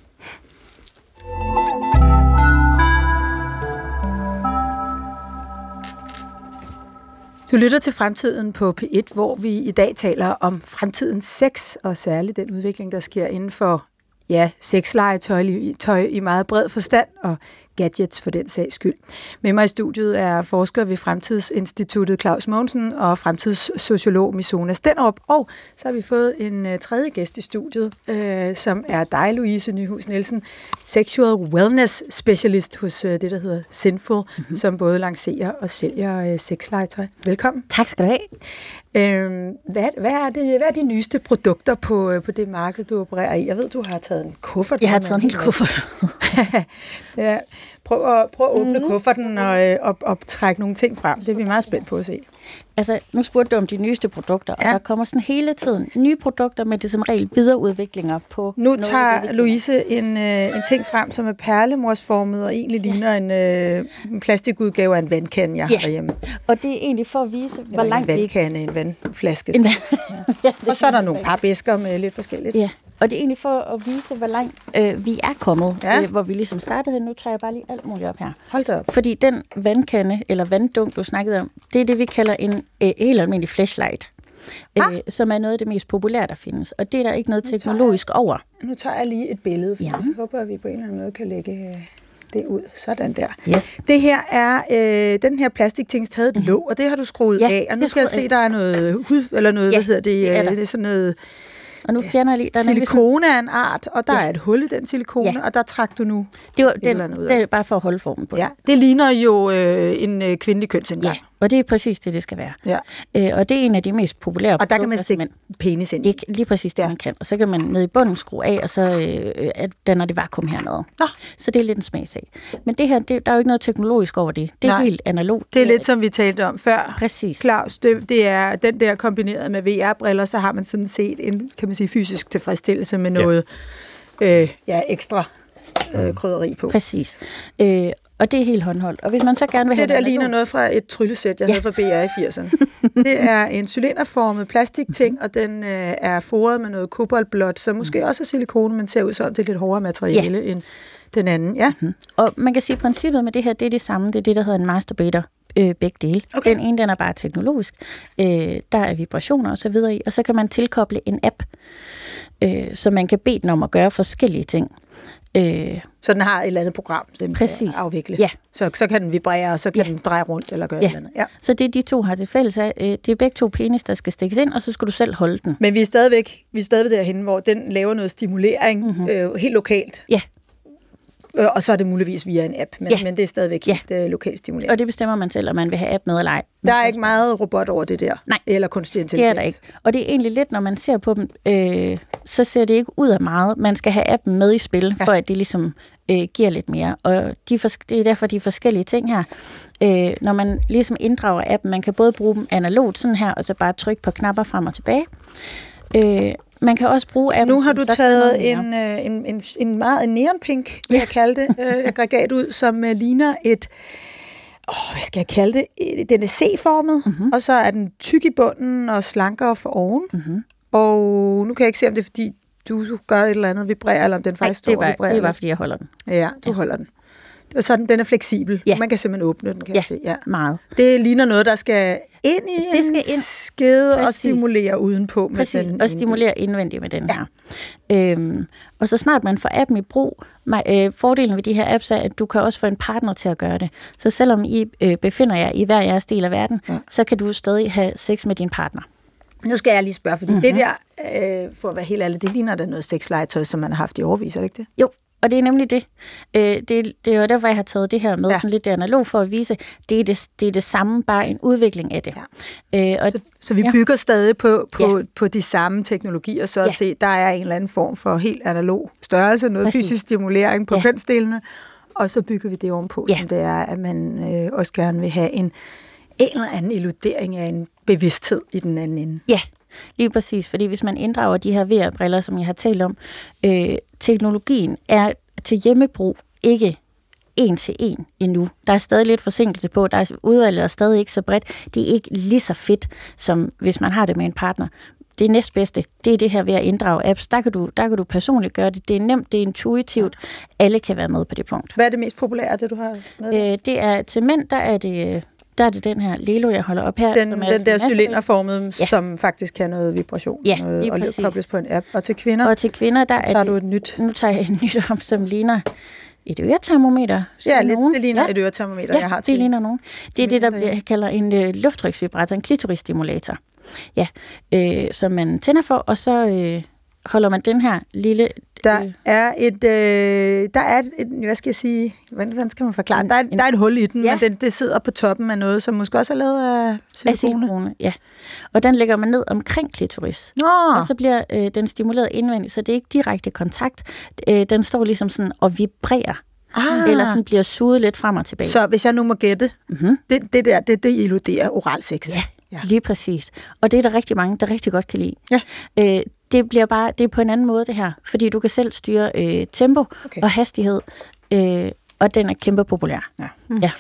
Du lytter til Fremtiden på P et, hvor vi i dag taler om fremtidens sex, og særligt den udvikling, der sker inden for ja, sexlegetøj tøj i meget bred forstand, og gadgets for den sags skyld. Med mig i studiet er forsker ved Fremtidsinstituttet Claus Mogensen og fremtidssociolog Misona Stenderup, og så har vi fået en uh, tredje gæst i studiet, uh, som er dig, Louise Nyhus Nielsen, sexual wellness specialist hos uh, det, der hedder Sinful, mm-hmm. som både lancerer og sælger uh, sexlegetøj. Velkommen. Tak skal du have. Uh, hvad, hvad, er det, hvad er de nyeste produkter på, uh, på det marked, du opererer i? Jeg ved, du har taget en kuffert. Jeg har taget en hel kuffert. Ja, prøv at, prøv at åbne mm. kufferten og, og, og trække nogle ting frem. Det er vi meget spændt på at se. Altså, nu spurgte du om de nyeste produkter, ja. Og der kommer sådan hele tiden nye produkter, men det er som regel videreudviklinger på... Nu tager det, Louise en, øh, en ting frem, som er perlemorsformet, og egentlig ligner ja. en, øh, en plastikudgave af en vandkande, jeg har ja. derhjemme. Og det er egentlig for at vise, Eller hvor langt en vandkande, en vandflaske. En vand... ja, og så er der nogle par bæsker med lidt forskelligt. Ja. Og det er egentlig for at vise, hvor langt øh, vi er kommet, ja. øh, hvor vi ligesom startede. Nu tager jeg bare lige alt muligt op her. Hold da op. Fordi den vandkande, eller vanddunk, du snakkede om, det er det, vi kalder en øh, helt almindelig flashlight, øh, som er noget af det mest populære, der findes. Og det er der ikke noget teknologisk jeg, over. Nu tager jeg lige et billede, for ja. så håber jeg, at vi på en eller anden måde kan lægge det ud. Sådan der. Yes. Det her er, øh, den her plastikting havde et låg, og det har du skruet ja, af. Og nu skal jeg se, at der er noget hud, eller noget, ja, hvad hedder det, det er, det er sådan noget... Og nu fjerner jeg lige... Der silikone er en art, og der ja. er et hul i den silikone, ja. og der trak du nu det, var, den, det er bare for at holde formen på ja. det. Det ligner jo øh, en øh, kvindelig kønsindgang. Ja, og det er præcis det, det skal være. Ja. Øh, og det er en af de mest populære. Og der kan man stikke penis ind. Det er lige præcis det, ja. man kan. Og så kan man ned i bunden skrue af, og så øh, danner det vakuum hernede. Nå. Så det er lidt en smagsag. Men det her, det, der er jo ikke noget teknologisk over det. Det er Nej. helt analogt. Det er lidt som vi talte om før. Præcis. Claus, det, det er den der kombineret med V R-briller, så har man sådan set en, kan man sige, fysisk tilfredsstillelse med noget ja. Øh, ja, ekstra øh, krydderi på. Præcis. Øh, Og det er helt håndholdt. Og hvis man så gerne vil have det, der ligner noget fra et tryllesæt, jeg ja. havde fra B R i firserne. Det er en cylinderformet plastikting, og den øh, er foret med noget koboldblåt, så måske også er silikone, men ser ud som det er lidt hårdere materiale ja. end den anden. Ja. Mm-hmm. Og man kan sige, at princippet med det her, det er det samme. Det er det, der hedder en master-beta. Øh, begge dele. Okay. Den ene, den er bare teknologisk. Øh, der er vibrationer og så videre i. Og så kan man tilkoble en app, øh, så man kan bede den om at gøre forskellige ting. Øh, så den har et eller andet program, den kan afvikle. Ja. Så, så kan den vibrere, og så kan ja. den dreje rundt eller gøre ja. et eller andet. Ja. Så det de to har til fælles er, øh, det er begge to penis, der skal stikkes ind, og så skal du selv holde den. Men vi er stadigvæk, vi er stadigvæk derhenne, hvor den laver noget stimulering mm-hmm. øh, helt lokalt. Ja. Og så er det muligvis via en app, men, ja. men det er stadigvæk ja. helt uh, lokalt stimulering. Og det bestemmer man selv, om man vil have app med eller ej. Der er ikke meget robot over det der. Nej, eller kunstig intelligens. Det er der ikke. Og det er egentlig lidt, når man ser på dem, øh, så ser det ikke ud af meget. Man skal have appen med i spil, ja. for at det ligesom øh, giver lidt mere. Og de for, det er derfor de forskellige ting her. Øh, når man ligesom inddrager appen, man kan både bruge dem analogt sådan her, og så bare trykke på knapper frem og tilbage. Øh, Man kan også bruge appen. Nu har du taget en, en, en, en meget en neonpink, vil jeg kalde det, øh, aggregat ud, som uh, ligner et, åh, hvad skal jeg kalde det? Den er C-formet, mm-hmm. og så er den tyk i bunden og slankere for oven. Mm-hmm. Og nu kan jeg ikke se, om det er, fordi du gør et eller andet vibrerer, eller om den faktisk Nej, står og vibrerer. det er bare, fordi jeg holder den. Ja, du ja. holder den. Og sådan, den er fleksibel. Ja. Man kan simpelthen åbne den, kan ja, jeg se. Ja, meget. Det ligner noget, der skal ind i det en skal ind. skede og stimulere udenpå. Med Præcis, den og stimulere indvendigt med den ja. her. Øhm, og så snart man får appen i brug, øh, fordelen ved de her apps er, at du kan også få en partner til at gøre det. Så selvom I øh, befinder jer i hver jeres del af verden, ja. så kan du stadig have sex med din partner. Nu skal jeg lige spørge, fordi mm-hmm. det der, øh, for at være helt ærlig, det ligner da noget sexlegetøj, som man har haft i årevis, er det ikke det? Jo. Og det er nemlig det. Øh, det, det er jo derfor, jeg har taget det her med ja. sådan lidt analog for at vise, det er det, det er det samme, bare en udvikling af det. Ja. Øh, og, så, så vi ja. bygger stadig på, på, ja. på de samme teknologier, så at ja. se, der er en eller anden form for helt analog størrelse, noget Præcis. fysisk stimulering på ja. kønsdelene, og så bygger vi det ovenpå, ja. som det er, at man øh, også gerne vil have en, en eller anden illudering af en bevidsthed i den anden ende. Ja. Lige præcis, fordi hvis man inddrager de her V R-briller, som jeg har talt om, øh, teknologien er til hjemmebrug ikke en til en endnu. Der er stadig lidt forsinkelse på, der er udvalget er stadig ikke så bredt. Det er ikke lige så fedt, som hvis man har det med en partner. Det næstbedste, det er det her ved at inddrage apps. Der kan du, der kan du personligt gøre det. Det er nemt, det er intuitivt. Alle kan være med på det punkt. Hvad er det mest populære, det du har med? Øh, det er til mænd, der er det... Der er det den her Lelo, jeg holder op her. Den, som er den der cylinderformede, ja. som faktisk kan noget vibration. Ja, noget, og kobles på en app. Og til kvinder, og til kvinder der tager er du et nyt. Nu tager jeg et nyt op, som ligner et øretermometer. Ja, lidt, det ligner ja. et øretermometer, ja, jeg har til. det ligner nogen. Det er det, der bliver, kalder en øh, lufttryksvibrator, en klitorisstimulator. Ja, øh, som man tænder for, og så øh, holder man den her lille... Der er et, øh, der er et, hvad skal jeg sige, hvordan skal man forklare? Der er, en, der er et hul i den, ja. men den, det sidder på toppen af noget, som måske også er lavet af silikone. Af silikone, ja. Og den lægger man ned omkring klitoris. Nå. Og så bliver øh, den stimuleret indvendigt, så det er ikke direkte kontakt. Øh, den står ligesom sådan og vibrerer. Ah. Eller sådan bliver suget lidt frem og tilbage. Så hvis jeg nu må gætte, mm-hmm. det, det der, det, det illuderer oral sex. Ja, Ja. Lige præcis. Og det er der rigtig mange, der rigtig godt kan lide. Ja. Øh, det bliver bare, det er på en anden måde det her, fordi du kan selv styre øh, tempo okay. og hastighed, øh, og den er kæmpe populær. Ja. Mm. Ja.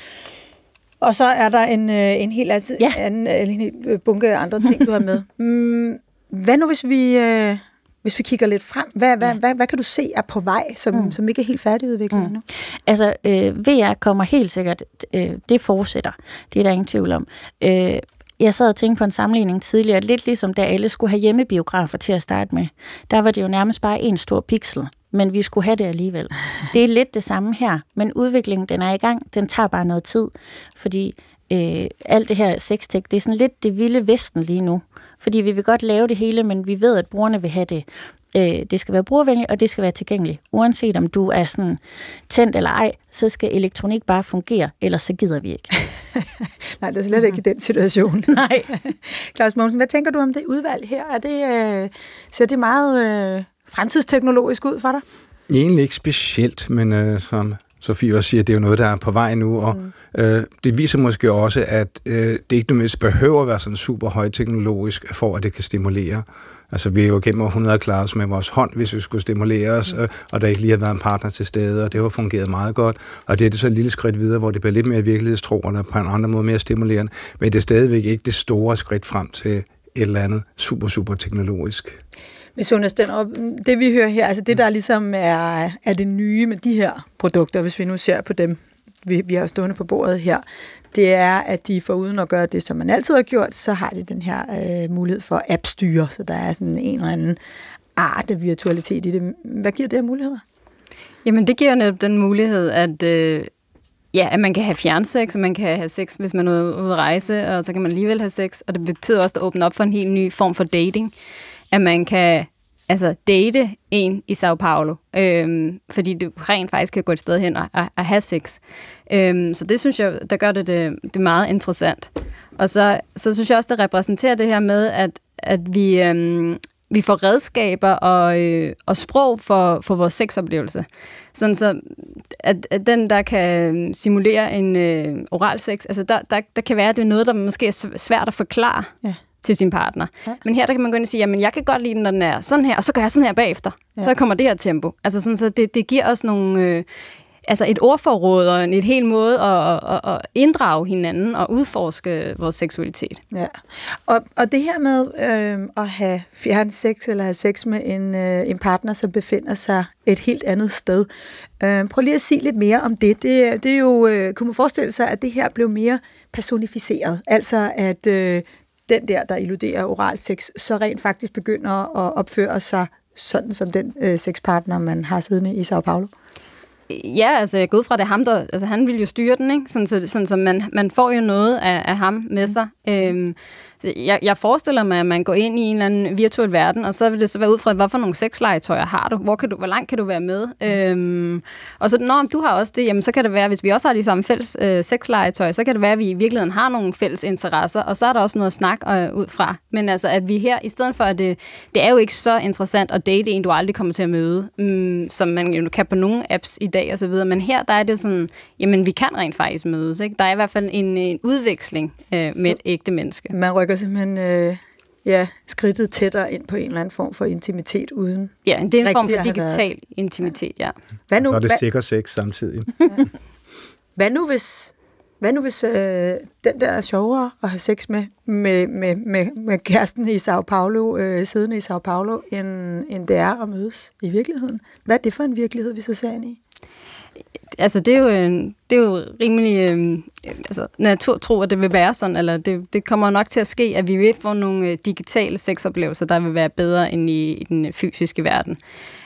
Og så er der en, en helt altså, ja. anden en bunke andre ting, du har med. Mm, hvad nu, hvis vi, øh, hvis vi kigger lidt frem? Hvad, hvad, ja. hvad, hvad kan du se er på vej, som, mm. som ikke er helt færdigudviklet mm. endnu? Altså, øh, V R kommer helt sikkert, øh, det fortsætter. Det er der ingen tvivl om. Øh, Jeg sad og tænkte på en sammenligning tidligere, lidt ligesom da alle skulle have hjemmebiografer til at starte med. Der var det jo nærmest bare en stor pixel, men vi skulle have det alligevel. Det er lidt det samme her, men udviklingen den er i gang, den tager bare noget tid, fordi øh, alt det her sextech, det er sådan lidt det vilde vesten lige nu. Fordi vi vil godt lave det hele, men vi ved, at brugerne vil have det. Øh, det skal være brugervenligt, og det skal være tilgængeligt. Uanset om du er sådan tændt eller ej, så skal elektronik bare fungere, ellers så gider vi ikke. Nej, det er slet ikke i den situation. Nej. Claus Mogensen, hvad tænker du om det udvalg her? Er det, øh, ser det meget øh, fremtidsteknologisk ud for dig? Egentlig ikke specielt, men øh, som Sofie også siger, det er jo noget, der er på vej nu, og mm. øh, det viser måske også, at øh, det ikke nødvendigvis behøver at være sådan super højteknologisk, for at det kan stimulere. Altså, vi er jo gennem århundreder klaret os med vores hånd, hvis vi skulle stimulere os, mm. og der ikke lige har været en partner til stede, og det har fungeret meget godt. Og det er det så et lille skridt videre, hvor det bliver lidt mere virkelighedstro, eller på en anden måde mere stimulerende. Men det er stadigvæk ikke det store skridt frem til et eller andet super, super teknologisk. Men Jonas, det vi hører her, altså det der ligesom er, er det nye med de her produkter, hvis vi nu ser på dem, vi, vi har stående på bordet her, det er, at de foruden at gøre det, som man altid har gjort, så har de den her øh, mulighed for appstyre, så der er sådan en eller anden art af virtualitet i det. Hvad giver det af muligheder? Jamen, det giver netop den mulighed, at, øh, ja, at man kan have fjernsex, og man kan have sex, hvis man er ude at rejse, og så kan man alligevel have sex, og det betyder også at åbne op for en helt ny form for dating, at man kan altså date en i Sao Paulo, øhm, fordi du rent faktisk kan gå et sted hen og, og, og have sex. Øhm, så det synes jeg, der gør det, det, det meget interessant. Og så, så synes jeg også, det repræsenterer det her med, at, at vi, øhm, vi får redskaber og, øh, og sprog for, for vores sexoplevelse. Sådan så, at, at den, der kan simulere en øh, oral sex, altså der, der, der kan være, at det er noget, der måske er svært at forklare. Ja. Til sin partner. Ja. Men her der kan man gå ind og sige, jamen jeg kan godt lide den, når den er sådan her, og så gør jeg sådan her bagefter. Ja. Så kommer det her tempo. Altså sådan, så det, det giver os nogle, øh, altså et ordforråd og en et helt måde at, at, at inddrage hinanden og udforske vores seksualitet. Ja. Og, og det her med øh, at have fjernsex eller have sex med en, øh, en partner, som befinder sig et helt andet sted. Øh, prøv lige at sige lidt mere om det. Det, det er jo, øh, kunne man forestille sig, at det her blev mere personificeret. Altså at øh, den der, der illuderer oral sex, så rent faktisk begynder at opføre sig sådan som den øh, sexpartner, man har siddende i Sao Paulo? Ja, altså jeg går ud fra, det ham, der, altså han vil jo styre den, ikke? Sådan, så, sådan så man, man får jo noget af, af ham med sig. Øhm, så jeg, jeg forestiller mig, at man går ind i en eller anden virtuel verden, og så vil det så være ud fra, hvad for nogle sexlegetøjer har du? Hvor, kan du, hvor langt kan du være med? Øhm, og så når du har også det, jamen så kan det være, hvis vi også har de samme fælles øh, sexlegetøjer, så kan det være, at vi i virkeligheden har nogle fælles interesser, og så er der også noget at snakke øh, ud fra. Men altså, at vi her, i stedet for, at det, det er jo ikke så interessant at date en, du aldrig kommer til at møde, mm, som man jo kan på nogle apps i dag og så videre. Men her, der er det sådan, jamen vi kan rent faktisk mødes, ikke? Der er i hvert fald en, en udveksling øh, med et ægte menneske. Man rykker simpelthen øh, ja, skridtet tættere ind på en eller anden form for intimitet uden. Ja, det er en form for digital intimitet, ja. Hvad nu? Så er det sikker sex samtidig. Ja. Hvad nu hvis, hvad nu hvis øh, den der er sjovere at have sex med, med, med, med, med kæresten i Sao Paulo, øh, siddende i Sao Paulo, end, end det er at mødes i virkeligheden? Hvad er det for en virkelighed, vi så ser ind i? Altså, det er jo, en, det er jo rimelig øh, altså, naturtro, at det vil være sådan, eller det, det kommer nok til at ske, at vi vil få nogle øh, digitale sexoplevelser, der vil være bedre end i, i den fysiske verden.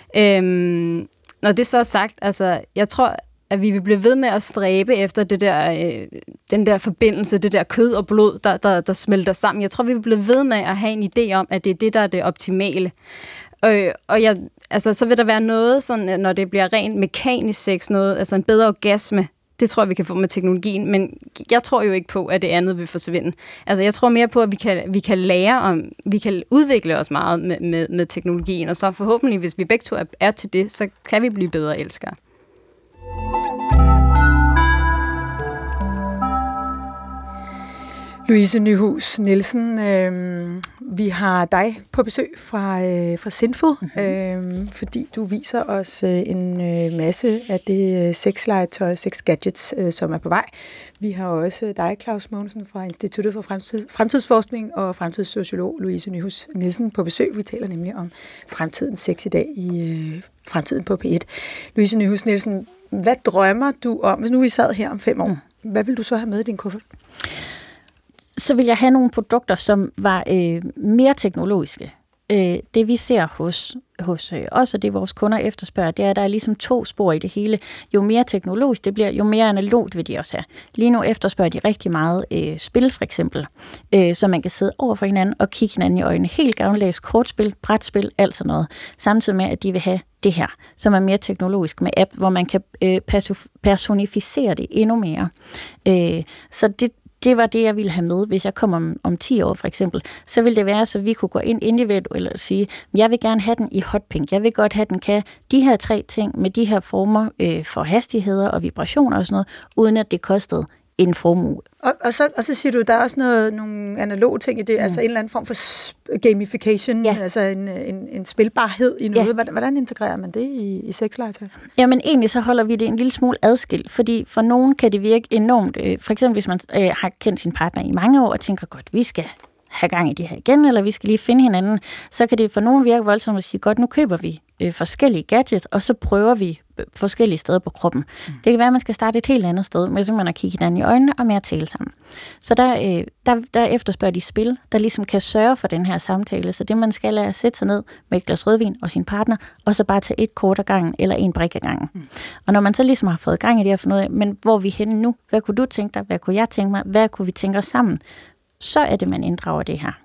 Øhm, når det så er sagt, altså, jeg tror, at vi vil blive ved med at stræbe efter det der, øh, den der forbindelse, det der kød og blod, der, der, der smelter sammen. Jeg tror, vi vil blive ved med at have en idé om, at det er det, der er det optimale. Øh, og jeg, altså, så vil der være noget, sådan, når det bliver rent mekanisk sex, noget, altså en bedre orgasme, det tror jeg, vi kan få med teknologien, men jeg tror jo ikke på, at det andet vil forsvinde. Altså, jeg tror mere på, at vi kan, vi kan lære om, vi kan udvikle os meget med, med, med teknologien, og så forhåbentlig, hvis vi begge to er, er til det, så kan vi blive bedre elskere. Louise Nyhus Nielsen, øh, vi har dig på besøg fra, øh, fra Sinful, mm-hmm. øh, fordi du viser os øh, en øh, masse af det øh, sexlegetøj, sex-gadgets, øh, som er på vej. Vi har også dig, Claus Mogensen, fra Instituttet for Fremtids, Fremtidsforskning og fremtidssociolog Louise Nyhus Nielsen på besøg. Vi taler nemlig om fremtidens sex i dag i øh, Fremtiden på P et. Louise Nyhus Nielsen, hvad drømmer du om, hvis nu vi sad her om fem år? Hvad vil du så have med i din kuffert? Så vil jeg have nogle produkter, som var øh, mere teknologiske. Øh, det vi ser hos, hos øh, os, og det vores kunder efterspørger, det er, at der er ligesom to spor i det hele. Jo mere teknologisk det bliver, jo mere analogt vil de også have. Lige nu efterspørger de rigtig meget øh, spil, for eksempel, øh, så man kan sidde over for hinanden og kigge hinanden i øjnene. Helt gammeldags kortspil, brætspil, alt sådan noget. Samtidig med, at de vil have det her, som er mere teknologisk med app, hvor man kan øh, personificere det endnu mere. Øh, så det Det var det, jeg ville have med, hvis jeg kom om, om ti år for eksempel. Så ville det være, så vi kunne gå ind individuelt og sige, jeg vil gerne have den i hot pink. Jeg vil godt have, den kan de her tre ting med de her former øh, for hastigheder og vibrationer og sådan noget, uden at det kostede en formue. Og, og, så, og så siger du, der er også noget, nogle analoge ting i det, mm. altså en eller anden form for gamification, ja. altså en, en, en spilbarhed i noget. Ja. Hvordan integrerer man det i, i sexlegetøj? Jamen egentlig så holder vi det en lille smule adskilt, fordi for nogen kan det virke enormt, øh, for eksempel hvis man øh, har kendt sin partner i mange år og tænker, godt, vi skal have gang i det her igen, eller vi skal lige finde hinanden, så kan det for nogen virke voldsomt at sige, godt, nu køber vi øh, forskellige gadgets, og så prøver vi forskellige steder på kroppen. Mm. Det kan være, at man skal starte et helt andet sted, med simpelthen at kigge hinanden i øjnene og med at tale sammen. Så der, øh, der, der efterspørger de spil, der ligesom kan sørge for den her samtale. Så det, man skal, er at sætte sig ned med et glas rødvin og sin partner, og så bare tage et kort ad gangen, eller en brik ad gangen. Mm. Og når man så ligesom har fået gang i det og fundet ud af, men hvor er vi henne nu? Hvad kunne du tænke dig? Hvad kunne jeg tænke mig? Hvad kunne vi tænke os sammen? Så er det, man inddrager det her.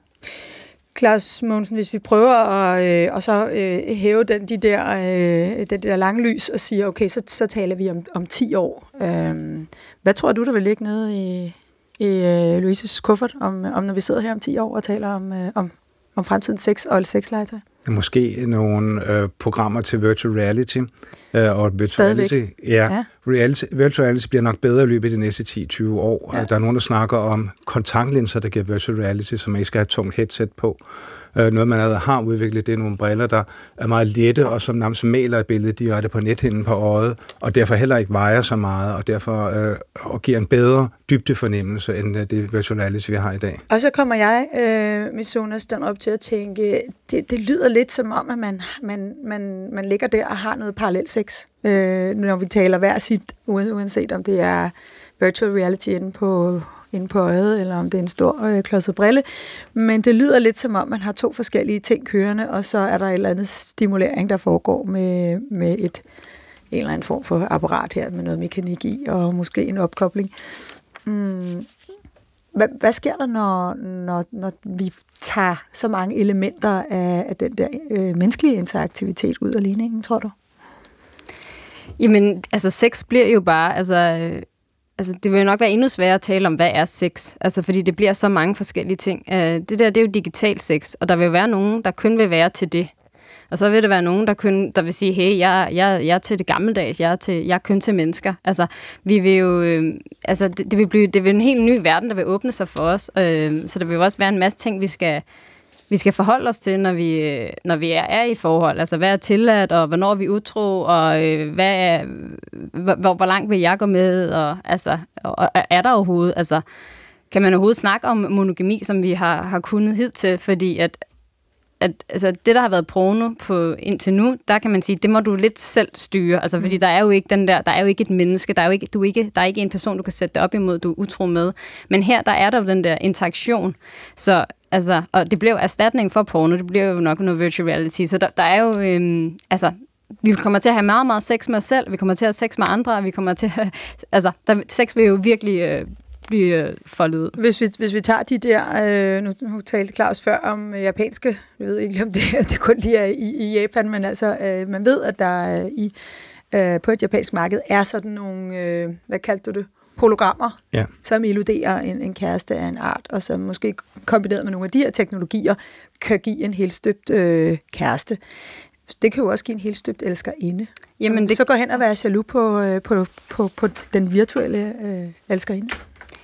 Claus Mogensen, hvis vi prøver at øh, og så øh, hæve den, de der, øh, den der lange lys og siger, okay, så, så taler vi om, om ti år. Øh, hvad tror du, der vil ligge nede i, i øh, Louises kuffert, om, om når vi sidder her om ti år og taler om, øh, om, om fremtidens sex og sexlegetøj? Måske nogle øh, programmer til virtual reality. Øh, og virtual reality, ja, ja. Reality, virtual reality bliver nok bedre i løbet af de næste ti til tyve år. Ja. Der er nogen, der snakker om kontaktlinser, der giver virtual reality, som ikke skal have et tungt headset på. Øh, noget, man allerede har udviklet, det er nogle briller, der er meget lette, og som nærmest maler et billede direkte på nethinden på øjet, og derfor heller ikke vejer så meget, og derfor øh, og giver en bedre dybdefornemmelse, end det virtual reality, vi har i dag. Og så kommer jeg, øh, Misonas, den op til at tænke, det, det lyder lidt som om, at man, man, man, man ligger der og har noget parallelt sex, øh, når vi taler hver sit, uanset om det er virtual reality inde på inde på øjet, eller om det er en stor øh, klodset brille. Men det lyder lidt som om, man har to forskellige ting kørende, og så er der et eller andet stimulering, der foregår med, med et, en eller anden form for apparat her, med noget mekanik i, og måske en opkobling. Mm. Hvad, hvad sker der, når, når, når vi tager så mange elementer af, af den der øh, menneskelige interaktivitet ud af ligningen, tror du? Jamen, altså sex bliver jo bare, altså... Altså, det vil jo nok være endnu sværere at tale om, hvad er sex? Altså, fordi det bliver så mange forskellige ting. Uh, det der, det er jo digital sex, og der vil være nogen, der kun vil være til det. Og så vil der være nogen, der, kun, der vil sige, hey, jeg, jeg, jeg er til det gammeldags, jeg er, til, jeg er kun til mennesker. Altså, vi vil jo, øh, altså, det, det, vil blive, det vil en helt ny verden, der vil åbne sig for os. Øh, så der vil jo også være en masse ting, vi skal... vi skal forholde os til, når vi, når vi er, er i et forhold. Altså, hvad er tilladt, og hvornår er vi utro, og øh, hvad er, hvor, hvor langt vil jeg gå med, og, altså, og er der overhovedet, altså, kan man overhovedet snakke om monogami, som vi har, har kunnet hidtil, fordi at, at altså, det, der har været porno på indtil nu, der kan man sige, det må du lidt selv styre, altså, fordi mm. der er jo ikke den der, der er jo ikke et menneske, der er jo ikke, du er ikke, der er ikke en person, du kan sætte dig op imod, du er utro med, men her, der er der den der interaktion, så altså, og det blev erstatning for porno, det bliver jo nok noget virtual reality, så der, der er jo, øhm, altså, vi kommer til at have meget, meget sex med os selv, vi kommer til at have sex med andre, og vi kommer til at, altså, der, sex vil jo virkelig øh, blive øh, foldet ud. Hvis vi, hvis vi tager de der, øh, nu, nu talte Claus før om øh, japanske, jeg ved ikke, om det, det kun lige er i, i Japan, men altså, øh, man ved, at der øh, i, øh, på et japansk marked er sådan nogle, øh, hvad kaldte du det? Hologrammer, ja. Som illuderer en, en kæreste af en art, og som måske kombineret med nogle af de her teknologier, kan give en helt støbt øh, kæreste. Det kan jo også give en helt støbt elskerinde. Jamen, det... Så går hen og være jaloux på, øh, på, på, på den virtuelle øh, elskerinde.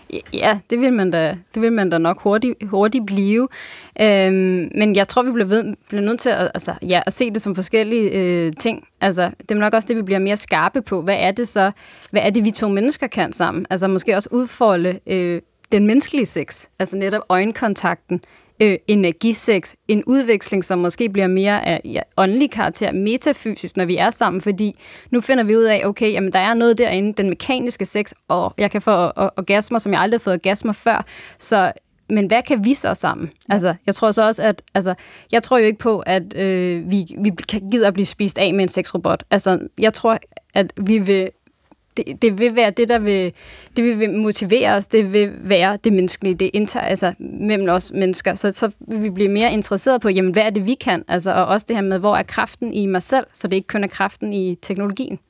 Ja, det vil man da, det vil man da nok hurtigt, hurtigt blive. Øhm, men jeg tror, vi bliver, ved, bliver nødt til at, altså, ja, at se det som forskellige øh, ting. Altså, det er nok også det, vi bliver mere skarpe på. Hvad er det så, hvad er det, vi to mennesker kan sammen? Altså måske også udfolde øh, den menneskelige sex. Altså netop øjenkontakten. Øh, energisex, en udveksling, som måske bliver mere af ja, åndelig karakter, metafysisk, når vi er sammen, fordi nu finder vi ud af, okay, jamen der er noget derinde, den mekaniske sex, og jeg kan få orgasmer, som jeg aldrig har fået orgasmer før, så, men hvad kan vi så sammen? Altså, jeg tror så også, at, altså, jeg tror jo ikke på, at øh, vi, vi gider at blive spist af med en sexrobot. Altså, jeg tror, at vi vil Det, det vil være det, der vil, det vil motivere os, det vil være det menneskelige, det inter, altså mellem os mennesker. Så, så vil vi blive mere interesseret på, jamen, hvad er det, vi kan? Altså, og også det her med, hvor er kraften i mig selv, så det ikke kun er kraften i teknologien.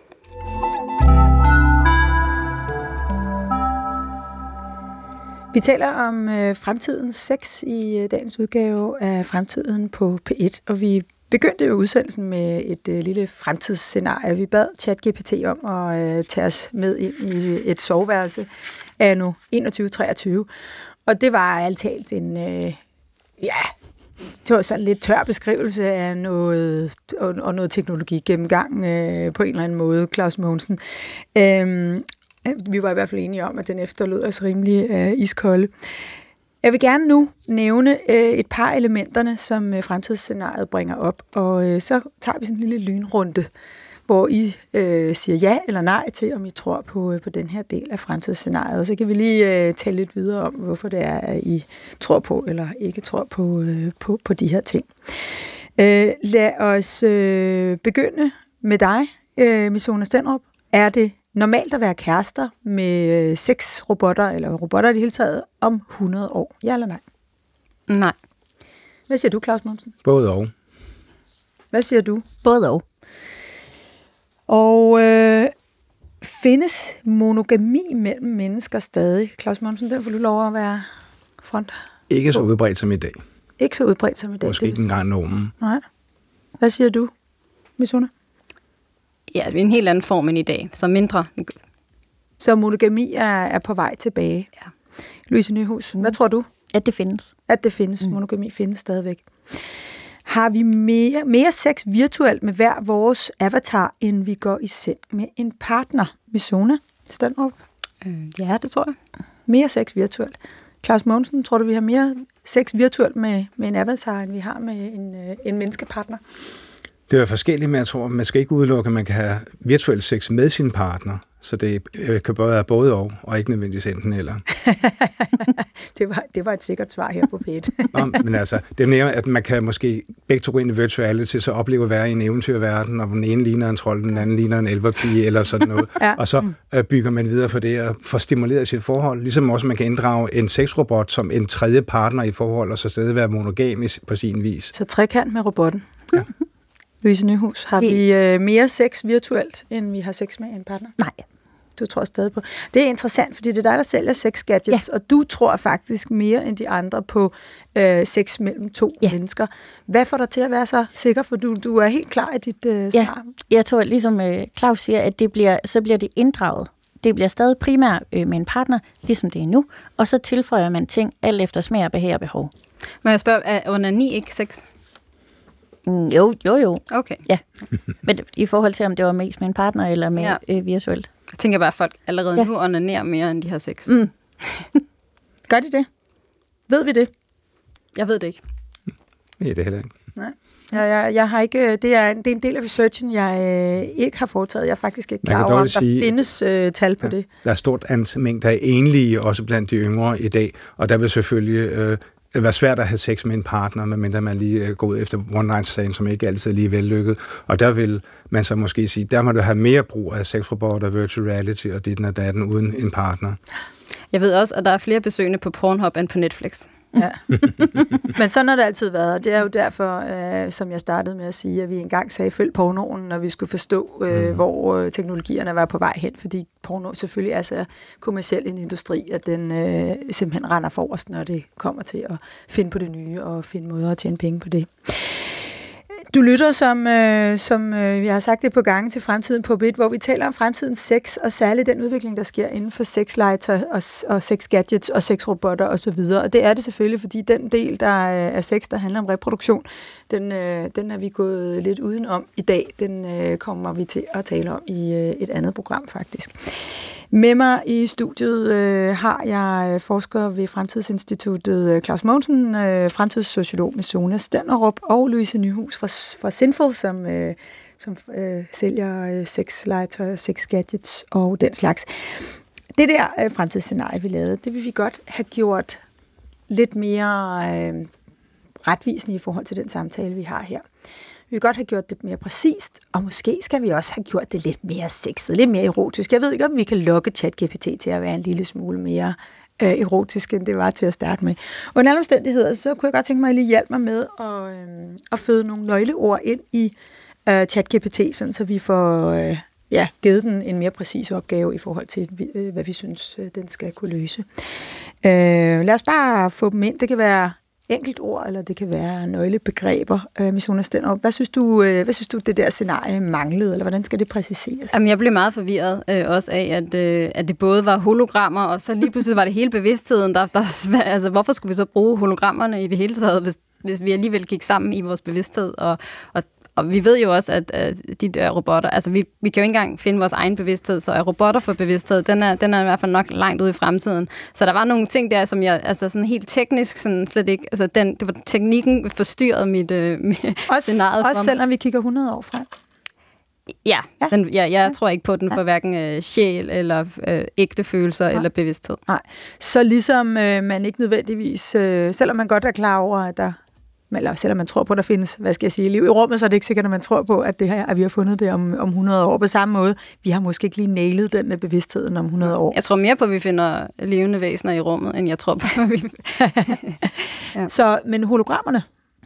Vi taler om øh, fremtidens sex i øh, dagens udgave af Fremtiden på P et, og vi begyndte jo udsendelsen med et øh, lille fremtidsscenarie. Vi bad ChatGPT om at øh, tage os med ind i et soveværelse af nu enogtyve treogtyve. Og det var altalt en, øh, ja, det var sådan lidt tør beskrivelse af noget, og, og noget teknologi gennemgang øh, på en eller anden måde, Claus Mogensen. Øhm, vi var i hvert fald enige om, at den efterlod os rimelig øh, iskolde. Jeg vil gerne nu nævne øh, et par elementerne, som øh, fremtidsscenariet bringer op, og øh, så tager vi sådan en lille lynrunde, hvor I øh, siger ja eller nej til, om I tror på, øh, på den her del af fremtidsscenariet. Og så kan vi lige øh, tale lidt videre om, hvorfor det er, at I tror på eller ikke tror på, øh, på, på de her ting. Øh, lad os øh, begynde med dig, øh, Misona Stenderup. Er det normalt at være kærester med seks robotter, eller robotter i det hele taget, om hundrede år? Ja eller nej? Nej. Hvad siger du, Claus Mogensen? Både og. Hvad siger du? Både og. Og øh, findes monogami mellem mennesker stadig? Claus Mogensen, den får du lov at være front. Ikke så udbredt som i dag. Ikke så udbredt som i dag. Måske ikke engang normen. Nej. Hvad siger du, Misona? Ja, det er en helt anden form end i dag, så mindre. Så monogami er, er på vej tilbage. Ja. Louise Nyhus, mm. hvad tror du? At det findes. At det findes. Mm. Monogami findes stadigvæk. Har vi mere, mere sex virtuelt med hver vores avatar, end vi går i seng med en partner? Misona Stenderup? Øh, ja, det tror jeg. Mere sex virtuelt. Claus Mogensen, tror du, vi har mere sex virtuelt med, med en avatar, end vi har med en, en menneskepartner? Det er forskelligt, men jeg tror, man skal ikke udelukke, at man kan have virtuel sex med sin partner. Så det kan både være både og, og ikke nødvendigvis enten eller. det, var, det var et sikkert svar her på P et. Om, men altså, det er mere, at man kan måske begge to gå ind i virtuality, så opleve at være i en eventyrverden, og den ene ligner en trold, den anden ligner en elverpige, eller sådan noget. Ja. Og så øh, bygger man videre på det, og får stimuleret sit forhold. Ligesom også, man kan inddrage en sexrobot som en tredje partner i forhold, og så stadig være monogam på sin vis. Så trekant med robotten. Ja. Louise Nyhus, har vi øh, mere sex virtuelt, end vi har sex med en partner? Nej. Du tror stadig på. Det er interessant, fordi det er dig, der sælger sex gadgets, ja. Og du tror faktisk mere end de andre på øh, sex mellem to ja. mennesker. Hvad får dig til at være så sikker? For du, du er helt klar i dit øh, svar. Ja, jeg tror, ligesom øh, Claus siger, at det bliver, så bliver det inddraget. Det bliver stadig primært øh, med en partner, ligesom det er nu, og så tilføjer man ting alt efter smag og behag og behov. Men jeg spørger, er onani ikke sex? Mm, jo, jo, jo. Okay. Ja. Men i forhold til, om det var mest med en partner eller med ja. øh, virtuelt. Jeg tænker bare, at folk allerede ja. nu onanerer mere, end de har sex. Mm. Gør de det? Ved vi det? Jeg ved det ikke. Nej, det er heller ikke. Nej. Jeg, jeg, jeg har ikke, det, er, det er en del af researchen, jeg øh, ikke har foretaget. Jeg er faktisk ikke klar over, om der sige, findes øh, tal på ja, det. Der er stort antal mængder af enlige, også blandt de yngre i dag, og der vil selvfølgelig øh, være svært at have sex med en partner, medmindre man lige øh, går ud efter one night stand, som ikke altid er lige vellykket. Og der vil man så måske sige, der må du have mere brug af sexrobotter, virtual reality og dit og datten uden en partner. Jeg ved også, at der er flere besøgende på Pornhub end på Netflix. Ja. Men sådan har det altid været. Det er jo derfor, øh, som jeg startede med at sige, at vi engang sagde følg pornoen, når vi skulle forstå, øh, mm. hvor øh, teknologierne var på vej hen, fordi porno selvfølgelig er så kommerciel en industri, at den øh, simpelthen render forrest, når det kommer til at finde på det nye og finde måder at tjene penge på det. Du lytter, som, øh, som øh, jeg har sagt det på gange, til Fremtiden på Bit, hvor vi taler om fremtidens sex, og særligt den udvikling, der sker inden for sexlegetøj og, og sexgadgets og sexrobotter osv. Og det er det selvfølgelig, fordi den del, der er sex, der handler om reproduktion, den, øh, den er vi gået lidt udenom i dag. Den øh, kommer vi til at tale om i øh, et andet program, faktisk. Med mig i studiet øh, har jeg forsker ved Fremtidsinstituttet øh, Claus Mogensen, øh, fremtidssociolog med Sona Standerup, og Louise Nyhus fra, fra Sinful, som, øh, som øh, sælger øh, sexlegetøj, sexgadgets og den slags. Det der øh, fremtidsscenarie, vi lavede, det vil vi godt have gjort lidt mere øh, retvisende i forhold til den samtale, vi har her. Vi vil godt have gjort det mere præcist, og måske skal vi også have gjort det lidt mere sexet, lidt mere erotisk. Jeg ved ikke, om vi kan lokke ChatGPT til at være en lille smule mere øh, erotisk, end det var til at starte med. Under alle omstændigheder, så kunne jeg godt tænke mig, at I lige hjælpe mig med at, øh, at føde nogle nøgleord ind i øh, ChatGPT, sådan så vi får øh, ja, givet den en mere præcis opgave i forhold til, øh, hvad vi synes, øh, den skal kunne løse. Øh, lad os bare få dem ind. Det kan være enkelt ord, eller det kan være nøglebegreber. Øh, Sona Standerup, hvad synes du, øh, hvad synes du, det der scenarie manglede, eller hvordan skal det præciseres? Jamen, jeg blev meget forvirret øh, også af, at, øh, at det både var hologrammer, og så lige pludselig var det hele bevidstheden, der, der altså, hvorfor skulle vi så bruge hologrammerne i det hele taget, hvis, hvis vi alligevel gik sammen i vores bevidsthed, og, og Og vi ved jo også, at, at de der robotter, altså vi, vi kan jo ikke engang finde vores egen bevidsthed, så er robotter for bevidsthed, den er, den er i hvert fald nok langt ude i fremtiden. Så der var nogle ting der, som jeg, altså sådan helt teknisk, sådan slet ikke, altså den, det var teknikken forstyrrede mit, øh, mit også, scenariet. Også selv, når vi kigger hundrede år frem? Ja, ja. Den, ja jeg ja. tror ikke på, at den får hverken øh, sjæl eller øh, ægte følelser Nej. eller bevidsthed. Nej, så ligesom øh, man ikke nødvendigvis, øh, selvom man godt er klar over, at der eller selvom man tror på, at der findes, hvad skal jeg sige, liv i rummet, så er det ikke sikkert, at man tror på, at, det her, at vi har fundet det om, om hundrede år. På samme måde, vi har måske ikke lige nailet den med bevidstheden om hundrede år. Jeg tror mere på, at vi finder levende væsener i rummet, end jeg tror på, at vi... ja. Så, men hologrammerne?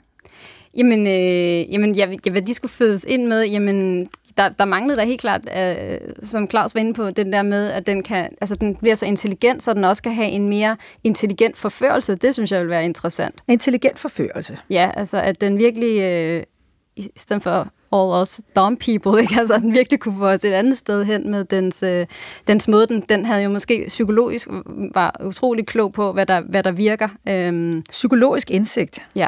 Jamen, øh, jamen jeg, jeg, hvad de skulle fødes ind med, jamen... Der, der manglede der helt klart, øh, som Claus var inde på, den der med, at den kan, altså den bliver så intelligent, så den også kan have en mere intelligent forførelse. Det synes jeg vil være interessant. Intelligent forførelse? Ja, altså at den virkelig, øh, i stedet for all us dumb people, ikke? Altså at den virkelig kunne få os et andet sted hen med dens, øh, dens måde. Den, den havde jo måske psykologisk, var utrolig klog på, hvad der, hvad der virker. Øhm. Psykologisk indsigt? Ja.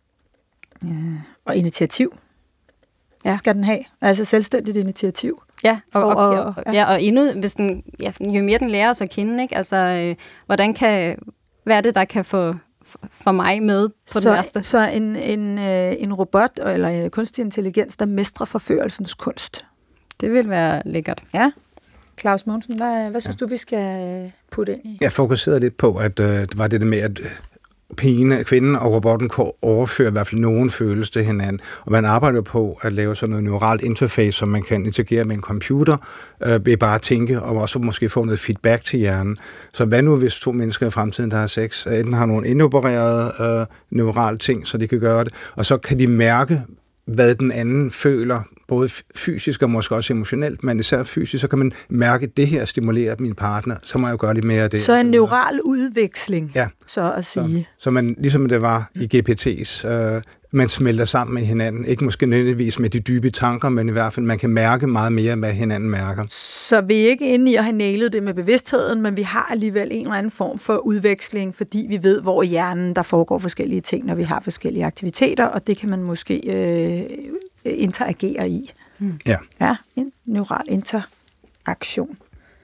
ja. Og initiativ? Ja. Skal den have? Altså selvstændigt initiativ? Ja, og, og, og, og, ja. ja, og endnu, hvis den, ja, jo mere den lærer os at kende, ikke? Altså, øh, hvordan kan, hvad er det, der kan få for mig med på så, den værste? Så en, en, øh, en robot eller en kunstig intelligens, der mestrer forførelsens kunst? Det vil være lækkert. Ja. Claus Mogensen, hvad, hvad synes ja. du, vi skal putte ind i? Jeg fokuserede lidt på, at øh, det var det der med, at pigene, kvinden og robotten kan overføre i hvert fald nogen følelse til hinanden. Og man arbejder på at lave sådan noget neuralt interface, som man kan interagere med en computer, øh, ved bare at tænke, og også måske få noget feedback til hjernen. Så hvad nu, hvis to mennesker i fremtiden, der har sex, enten har nogle indopererede øh, neurale ting, så de kan gøre det, og så kan de mærke, hvad den anden føler, både fysisk og måske også emotionelt, men især fysisk, så kan man mærke, at det her stimulerer min partner, så må jeg jo gøre lidt mere af det. Så en neural udveksling, ja. så at sige. Så, så man, ligesom det var i G P T's, øh, man smelter sammen med hinanden, ikke måske nødvendigvis med de dybe tanker, men i hvert fald, man kan mærke meget mere, hvad hinanden mærker. Så vi er ikke inde i at have nailet det med bevidstheden, men vi har alligevel en eller anden form for udveksling, fordi vi ved, hvor i hjernen der foregår forskellige ting, når vi har forskellige aktiviteter, og det kan man måske øh, interagere i. Hmm. Ja. Ja, en neural interaktion.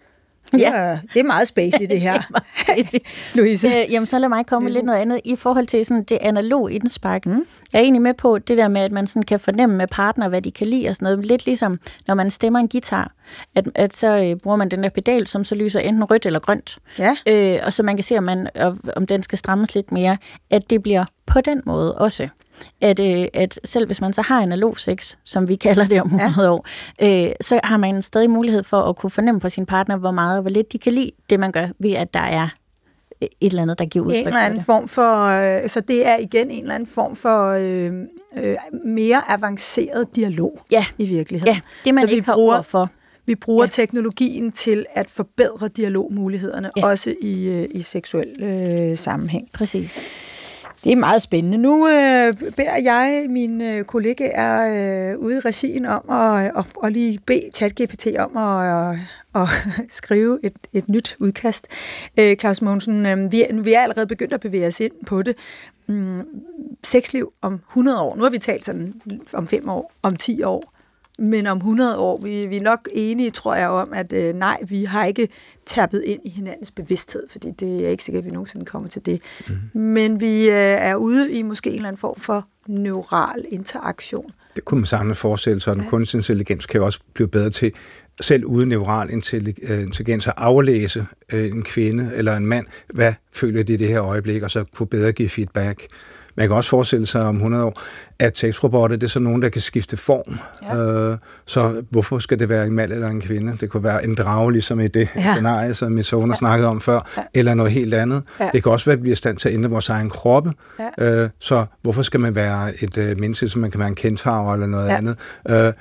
Ja, det er meget spacey, det her. Det Louise. Øh, jamen, så lad mig komme med lidt noget andet. I forhold til sådan det analog indspark. Mm. Jeg er egentlig med på det der med, at man sådan kan fornemme med partner, hvad de kan lide og sådan noget. Lidt ligesom, når man stemmer en guitar, at, at så øh, bruger man den der pedal, som så lyser enten rødt eller grønt. Ja. Øh, og så man kan se, om, man, om den skal strammes lidt mere. At det bliver på den måde også. At, øh, at selv hvis man så har analog sex, som vi kalder det om hundrede ja. år, øh, så har man stadig mulighed for at kunne fornemme på sin partner, hvor meget og hvor lidt de kan lide det, man gør, ved at der er et eller andet, der giver udtryk en eller anden for form for, øh, så det er igen en eller anden form for øh, øh, mere avanceret dialog ja. i virkeligheden. Ja, det man så ikke har bruger, ord for. Vi bruger ja. teknologien til at forbedre dialogmulighederne, ja. også i, øh, i seksuel øh, sammenhæng. Præcis. Det er meget spændende. Nu øh, beder jeg mine øh, kollegaer øh, ude i regien om at og, og lige bede ChatGPT om at og, og skrive et, et nyt udkast. Øh, Claus Mogensen, øh, vi, vi er allerede begyndt at bevæge os ind på det. Mm, sexliv om hundrede år. Nu har vi talt sådan om fem år, om ti år. Men om hundrede år, vi, vi er nok enige, tror jeg, om, at øh, nej, vi har ikke tappet ind i hinandens bevidsthed, fordi det er ikke sikkert, at vi nogensinde kommer til det. Mm. Men vi øh, er ude i måske en eller anden form for neural interaktion. Det kunne man sagtens forestille sig, at den ja. kunstig intelligens kan jo også blive bedre til, selv uden neural intelligens, at aflæse øh, en kvinde eller en mand, hvad føler de i det her øjeblik, og så kunne bedre give feedback. Man kan også forestille sig om hundrede år, at sexrobotter, det er så nogen, der kan skifte form. Ja. Øh, så hvorfor skal det være en mand eller en kvinde? Det kunne være en drage, ligesom i det ja. scenarie, som Mizona ja. snakkede om før, ja. eller noget helt andet. Ja. Det kan også være, at vi er i stand til at ændre vores egen kroppe. Ja. Øh, så hvorfor skal man være et øh, menneske, som man kan være en kentaur eller noget ja. andet? Øh,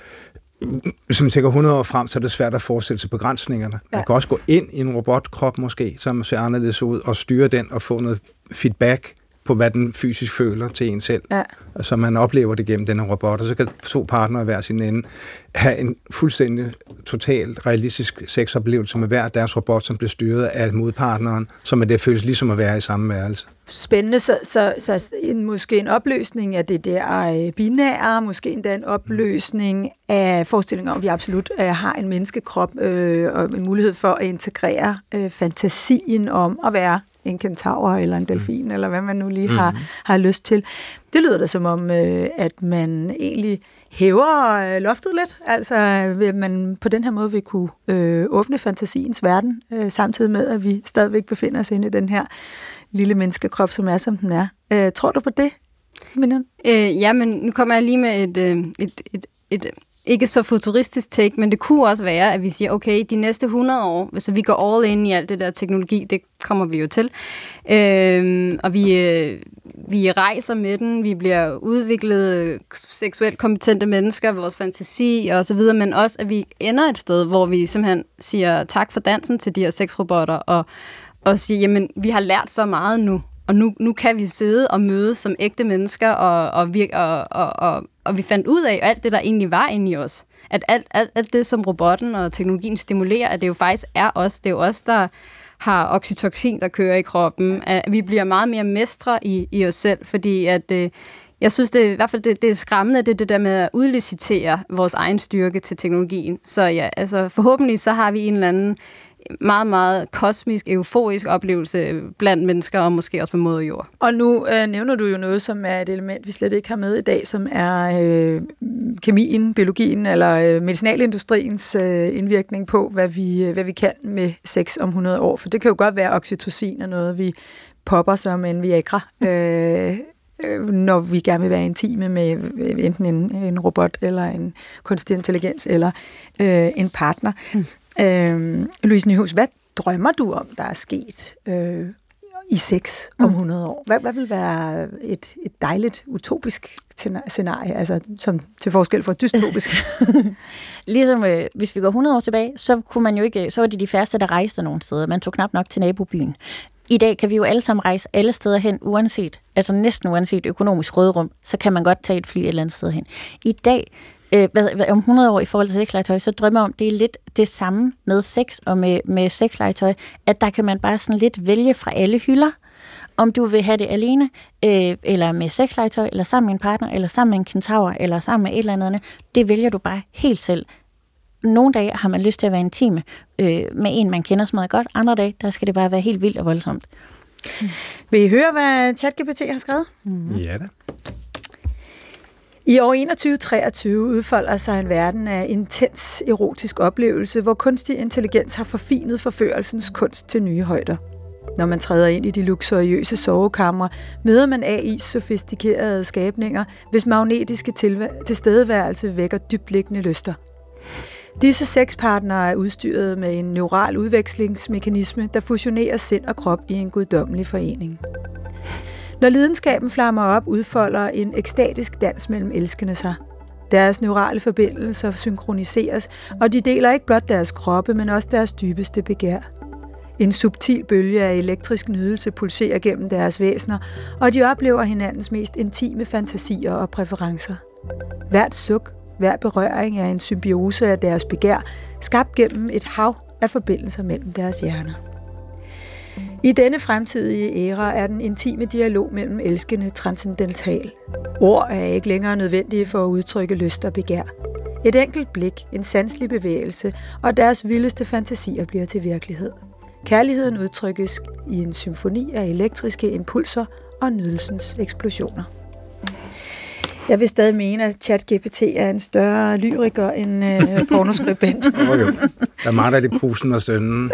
Hvis man tænker hundrede år frem, så er det svært at forestille sig begrænsningerne. Ja. Man kan også gå ind i en robotkrop måske, som ser anderledes ud, og styre den og få noget feedback på, hvad den fysisk føler til en selv. Ja. Så man oplever det gennem den her robot, og så kan to partnere hver sin ende have en fuldstændig, totalt realistisk sexoplevelse med hver deres robot, som bliver styret af modpartneren, som er det føles ligesom at være i samme værelse. Spændende, så, så, så en, måske en opløsning af det der binære, måske endda en opløsning af forestillinger om, at vi absolut uh, har en menneskekrop øh, og en mulighed for at integrere øh, fantasien om at være en kentaur eller en delfin, mm. eller hvad man nu lige har, mm. har lyst til. Det lyder da som om, øh, at man egentlig hæver øh, loftet lidt, altså at man på den her måde vil kunne øh, åbne fantasiens verden, øh, samtidig med, at vi stadigvæk befinder os inde i den her lille menneskekrop, som er, som den er. Øh, tror du på det, Minion? Øh, ja, men nu kommer jeg lige med et, øh, et, et, et ikke så futuristisk take, men det kunne også være, at vi siger, okay, de næste hundrede år, hvis vi går all in i alt det der teknologi, det kommer vi jo til, øh, og vi, øh, vi rejser med den, vi bliver udviklet seksuelt kompetente mennesker, vores fantasi og så videre, men også, at vi ender et sted, hvor vi simpelthen siger tak for dansen til de her sexrobotter, og, og siger, jamen, vi har lært så meget nu, og nu, nu kan vi sidde og mødes som ægte mennesker, og, og, virke, og, og, og, og vi fandt ud af alt det, der egentlig var inde i os. At alt, alt, alt det, som robotten og teknologien stimulerer, at det jo faktisk er os. Det er jo os, der har oxytocin, der kører i kroppen. At vi bliver meget mere mestre i, i os selv, fordi at, øh, jeg synes, det, i hvert fald det, det er skræmmende, det, det der med at udlicitere vores egen styrke til teknologien. Så ja, altså forhåbentlig så har vi en eller anden meget, meget kosmisk, euforisk oplevelse blandt mennesker, og måske også på moder jord. Og nu øh, nævner du jo noget, som er et element, vi slet ikke har med i dag, som er øh, kemien, biologien eller øh, medicinalindustriens øh, indvirkning på, hvad vi, øh, hvad vi kan med sex om hundrede år. For det kan jo godt være, oxytocin er noget, vi popper som en Viagra, øh, øh, når vi gerne vil være intime med enten en, en robot, eller en kunstig intelligens, eller øh, en partner. Mm. Øh, Louise Nyhus, hvad drømmer du om, der er sket øh, i sex om hundrede år? Hvad, hvad vil være et, et dejligt, utopisk scenarie, altså som til forskel fra dystopisk? Ligesom øh, hvis vi går hundrede år tilbage, så kunne man jo ikke, så var det de færreste, der rejste nogen steder. Man tog knap nok til nabobyen. I dag kan vi jo alle sammen rejse alle steder hen, uanset, altså næsten uanset økonomisk råderum, så kan man godt tage et fly et eller andet sted hen. I dag, øh, hvad, om hundrede år i forhold til sexlegetøj, så drømmer jeg om, det er lidt det samme med sex og med, med sexlegetøj, at der kan man bare sådan lidt vælge fra alle hylder, om du vil have det alene, øh, eller med sexlegetøj, eller sammen med en partner, eller sammen med en kentaur, eller sammen med et eller andet. Det vælger du bare helt selv. Nogle dage har man lyst til at være intime øh, med en, man kender så meget godt. Andre dage, der skal det bare være helt vildt og voldsomt. Mm. Vil I høre, hvad ChatGPT har skrevet? Mm. Ja da. I år enogtyve treogtyve udfolder sig en verden af intens erotisk oplevelse, hvor kunstig intelligens har forfinet forførelsens kunst til nye højder. Når man træder ind i de luksuriøse sovekamre, møder man A I's sofistikerede skabninger, hvis magnetiske tilvæ- tilstedeværelse vækker dybtliggende lyster. Disse sexpartnere er udstyret med en neural udvekslingsmekanisme, der fusionerer sind og krop i en guddommelig forening. Når lidenskaben flammer op, udfolder en ekstatisk dans mellem elskende sig. Deres neurale forbindelser synkroniseres, og de deler ikke blot deres kroppe, men også deres dybeste begær. En subtil bølge af elektrisk nydelse pulserer gennem deres væsener, og de oplever hinandens mest intime fantasier og præferencer. Hvert suk, hver berøring er en symbiose af deres begær, skabt gennem et hav af forbindelser mellem deres hjerner. I denne fremtidige æra er den intime dialog mellem elskende transcendental. Ord er ikke længere nødvendige for at udtrykke lyst og begær. Et enkelt blik, en sanselig bevægelse, og deres vildeste fantasier bliver til virkelighed. Kærligheden udtrykkes i en symfoni af elektriske impulser og nydelsens eksplosioner. Jeg vil stadig mene, at ChatGPT er en større lyriker end øh, pornoskribent. Oh, jo. Der mangler det prusen og stønnen.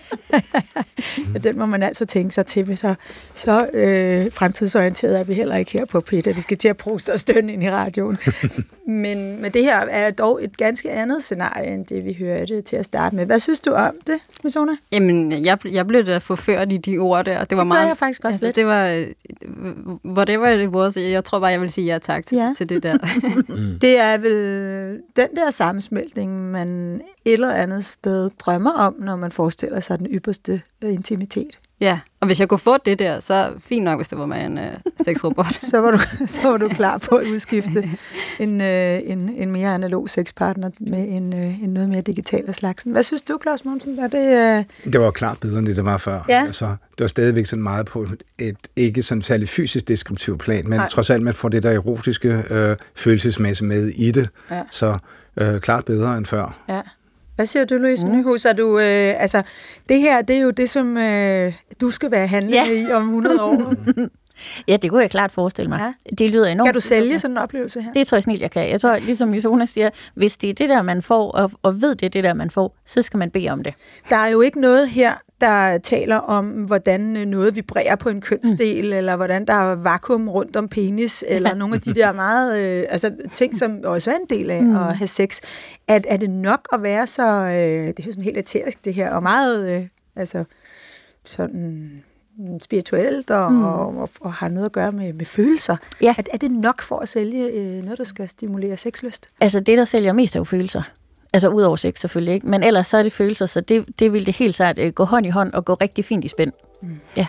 Ja, den må man altså tænke sig til. Så, så øh, fremtidsorienteret er vi heller ikke her på P et, at vi skal til at pruste og stønne ind i radioen. men, men det her er dog et ganske andet scenarie, end det vi hørte til at starte med. Hvad synes du om det, Misona? Jamen, jeg, jeg blev da forført i de ord der. Det var det meget. Jeg faktisk også altså, lidt. Det var whatever it was. Jeg tror bare, jeg vil sige ja tak til, ja. til det der. mm. Det er vel den der sammensmeltning, man et eller andet sted drømmer om, når man forestiller sig den ypperste intimitet. Ja, og hvis jeg kunne få det der, så fint nok, hvis det var med en øh, sexrobot. så, var du, så var du klar på at udskifte en, øh, en, en mere analog sexpartner med en, øh, en noget mere digital af slagsen. Hvad synes du, Claus Mogensen? Er det, øh... det var klart bedre, end det, det var før. Ja. Altså, det var stadigvæk sådan meget på et ikke sådan særlig fysisk deskriptivt plan, men Nej. trods alt, man får det der erotiske øh, følelsesmæssigt med i det, ja. så øh, klart bedre end før. Ja. Hvad siger du, Louise mm. Nyhus? Er du, øh, altså, det her, det er jo det, som øh, du skal være handlende ja. i om hundrede år. Ja, det kunne jeg klart forestille mig. Ja. Det lyder enormt. Kan du sælge sådan en oplevelse her? Det tror jeg snilt, jeg kan. Jeg tror, ligesom Misona siger, hvis det er det der, man får, og, og ved det er det der, man får, så skal man bede om det. Der er jo ikke noget her, der taler om, hvordan noget vibrerer på en kønsdel, mm. eller hvordan der er vakuum rundt om penis, eller nogle af de der meget, øh, altså ting, som også er en del af mm. at have sex. At, er det nok at være så, øh, det er sådan helt eterisk det her, og meget, øh, altså, sådan spirituelt, og, mm. og, og, og har noget at gøre med, med følelser. Ja. Er, er det nok for at sælge øh, noget, der skal stimulere sexlyst? Altså, det, der sælger mest, er jo følelser. Altså ud over sex selvfølgelig ikke, men ellers så er det følelser, så det, det vil det helt sikkert øh, gå hånd i hånd og gå rigtig fint i spænd. Mm. Ja.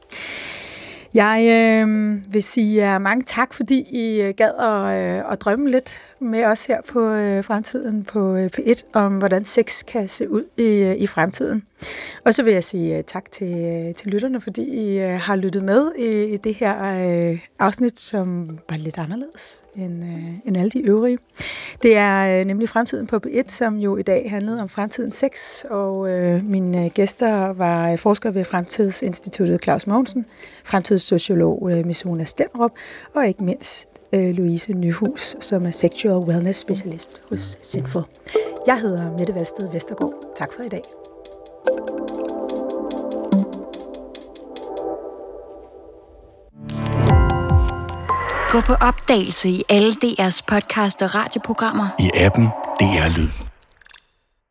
Jeg øh, vil sige jer mange tak, fordi I gad at, øh, at drømme lidt med os her på øh, Fremtiden på øh, P et, om hvordan sex kan se ud i, øh, i fremtiden. Og så vil jeg sige øh, tak til, øh, til lytterne, fordi I øh, har lyttet med i, i det her øh, afsnit, som var lidt anderledes end, øh, end alle de øvrige. Det er øh, nemlig Fremtiden på P et, som jo i dag handlede om fremtidens sex, og øh, mine gæster var forskere ved Fremtidsinstituttet Claus Mogensen, fremtidssociolog øh, Misona Stenderup, og ikke mindst øh, Louise Nyhus, som er sexual wellness specialist hos Sinful. Jeg hedder Mette Valsted Vestergaard. Tak for i dag. Gå på opdagelse i alle D R's podcast og radioprogrammer. I appen D R Lyd.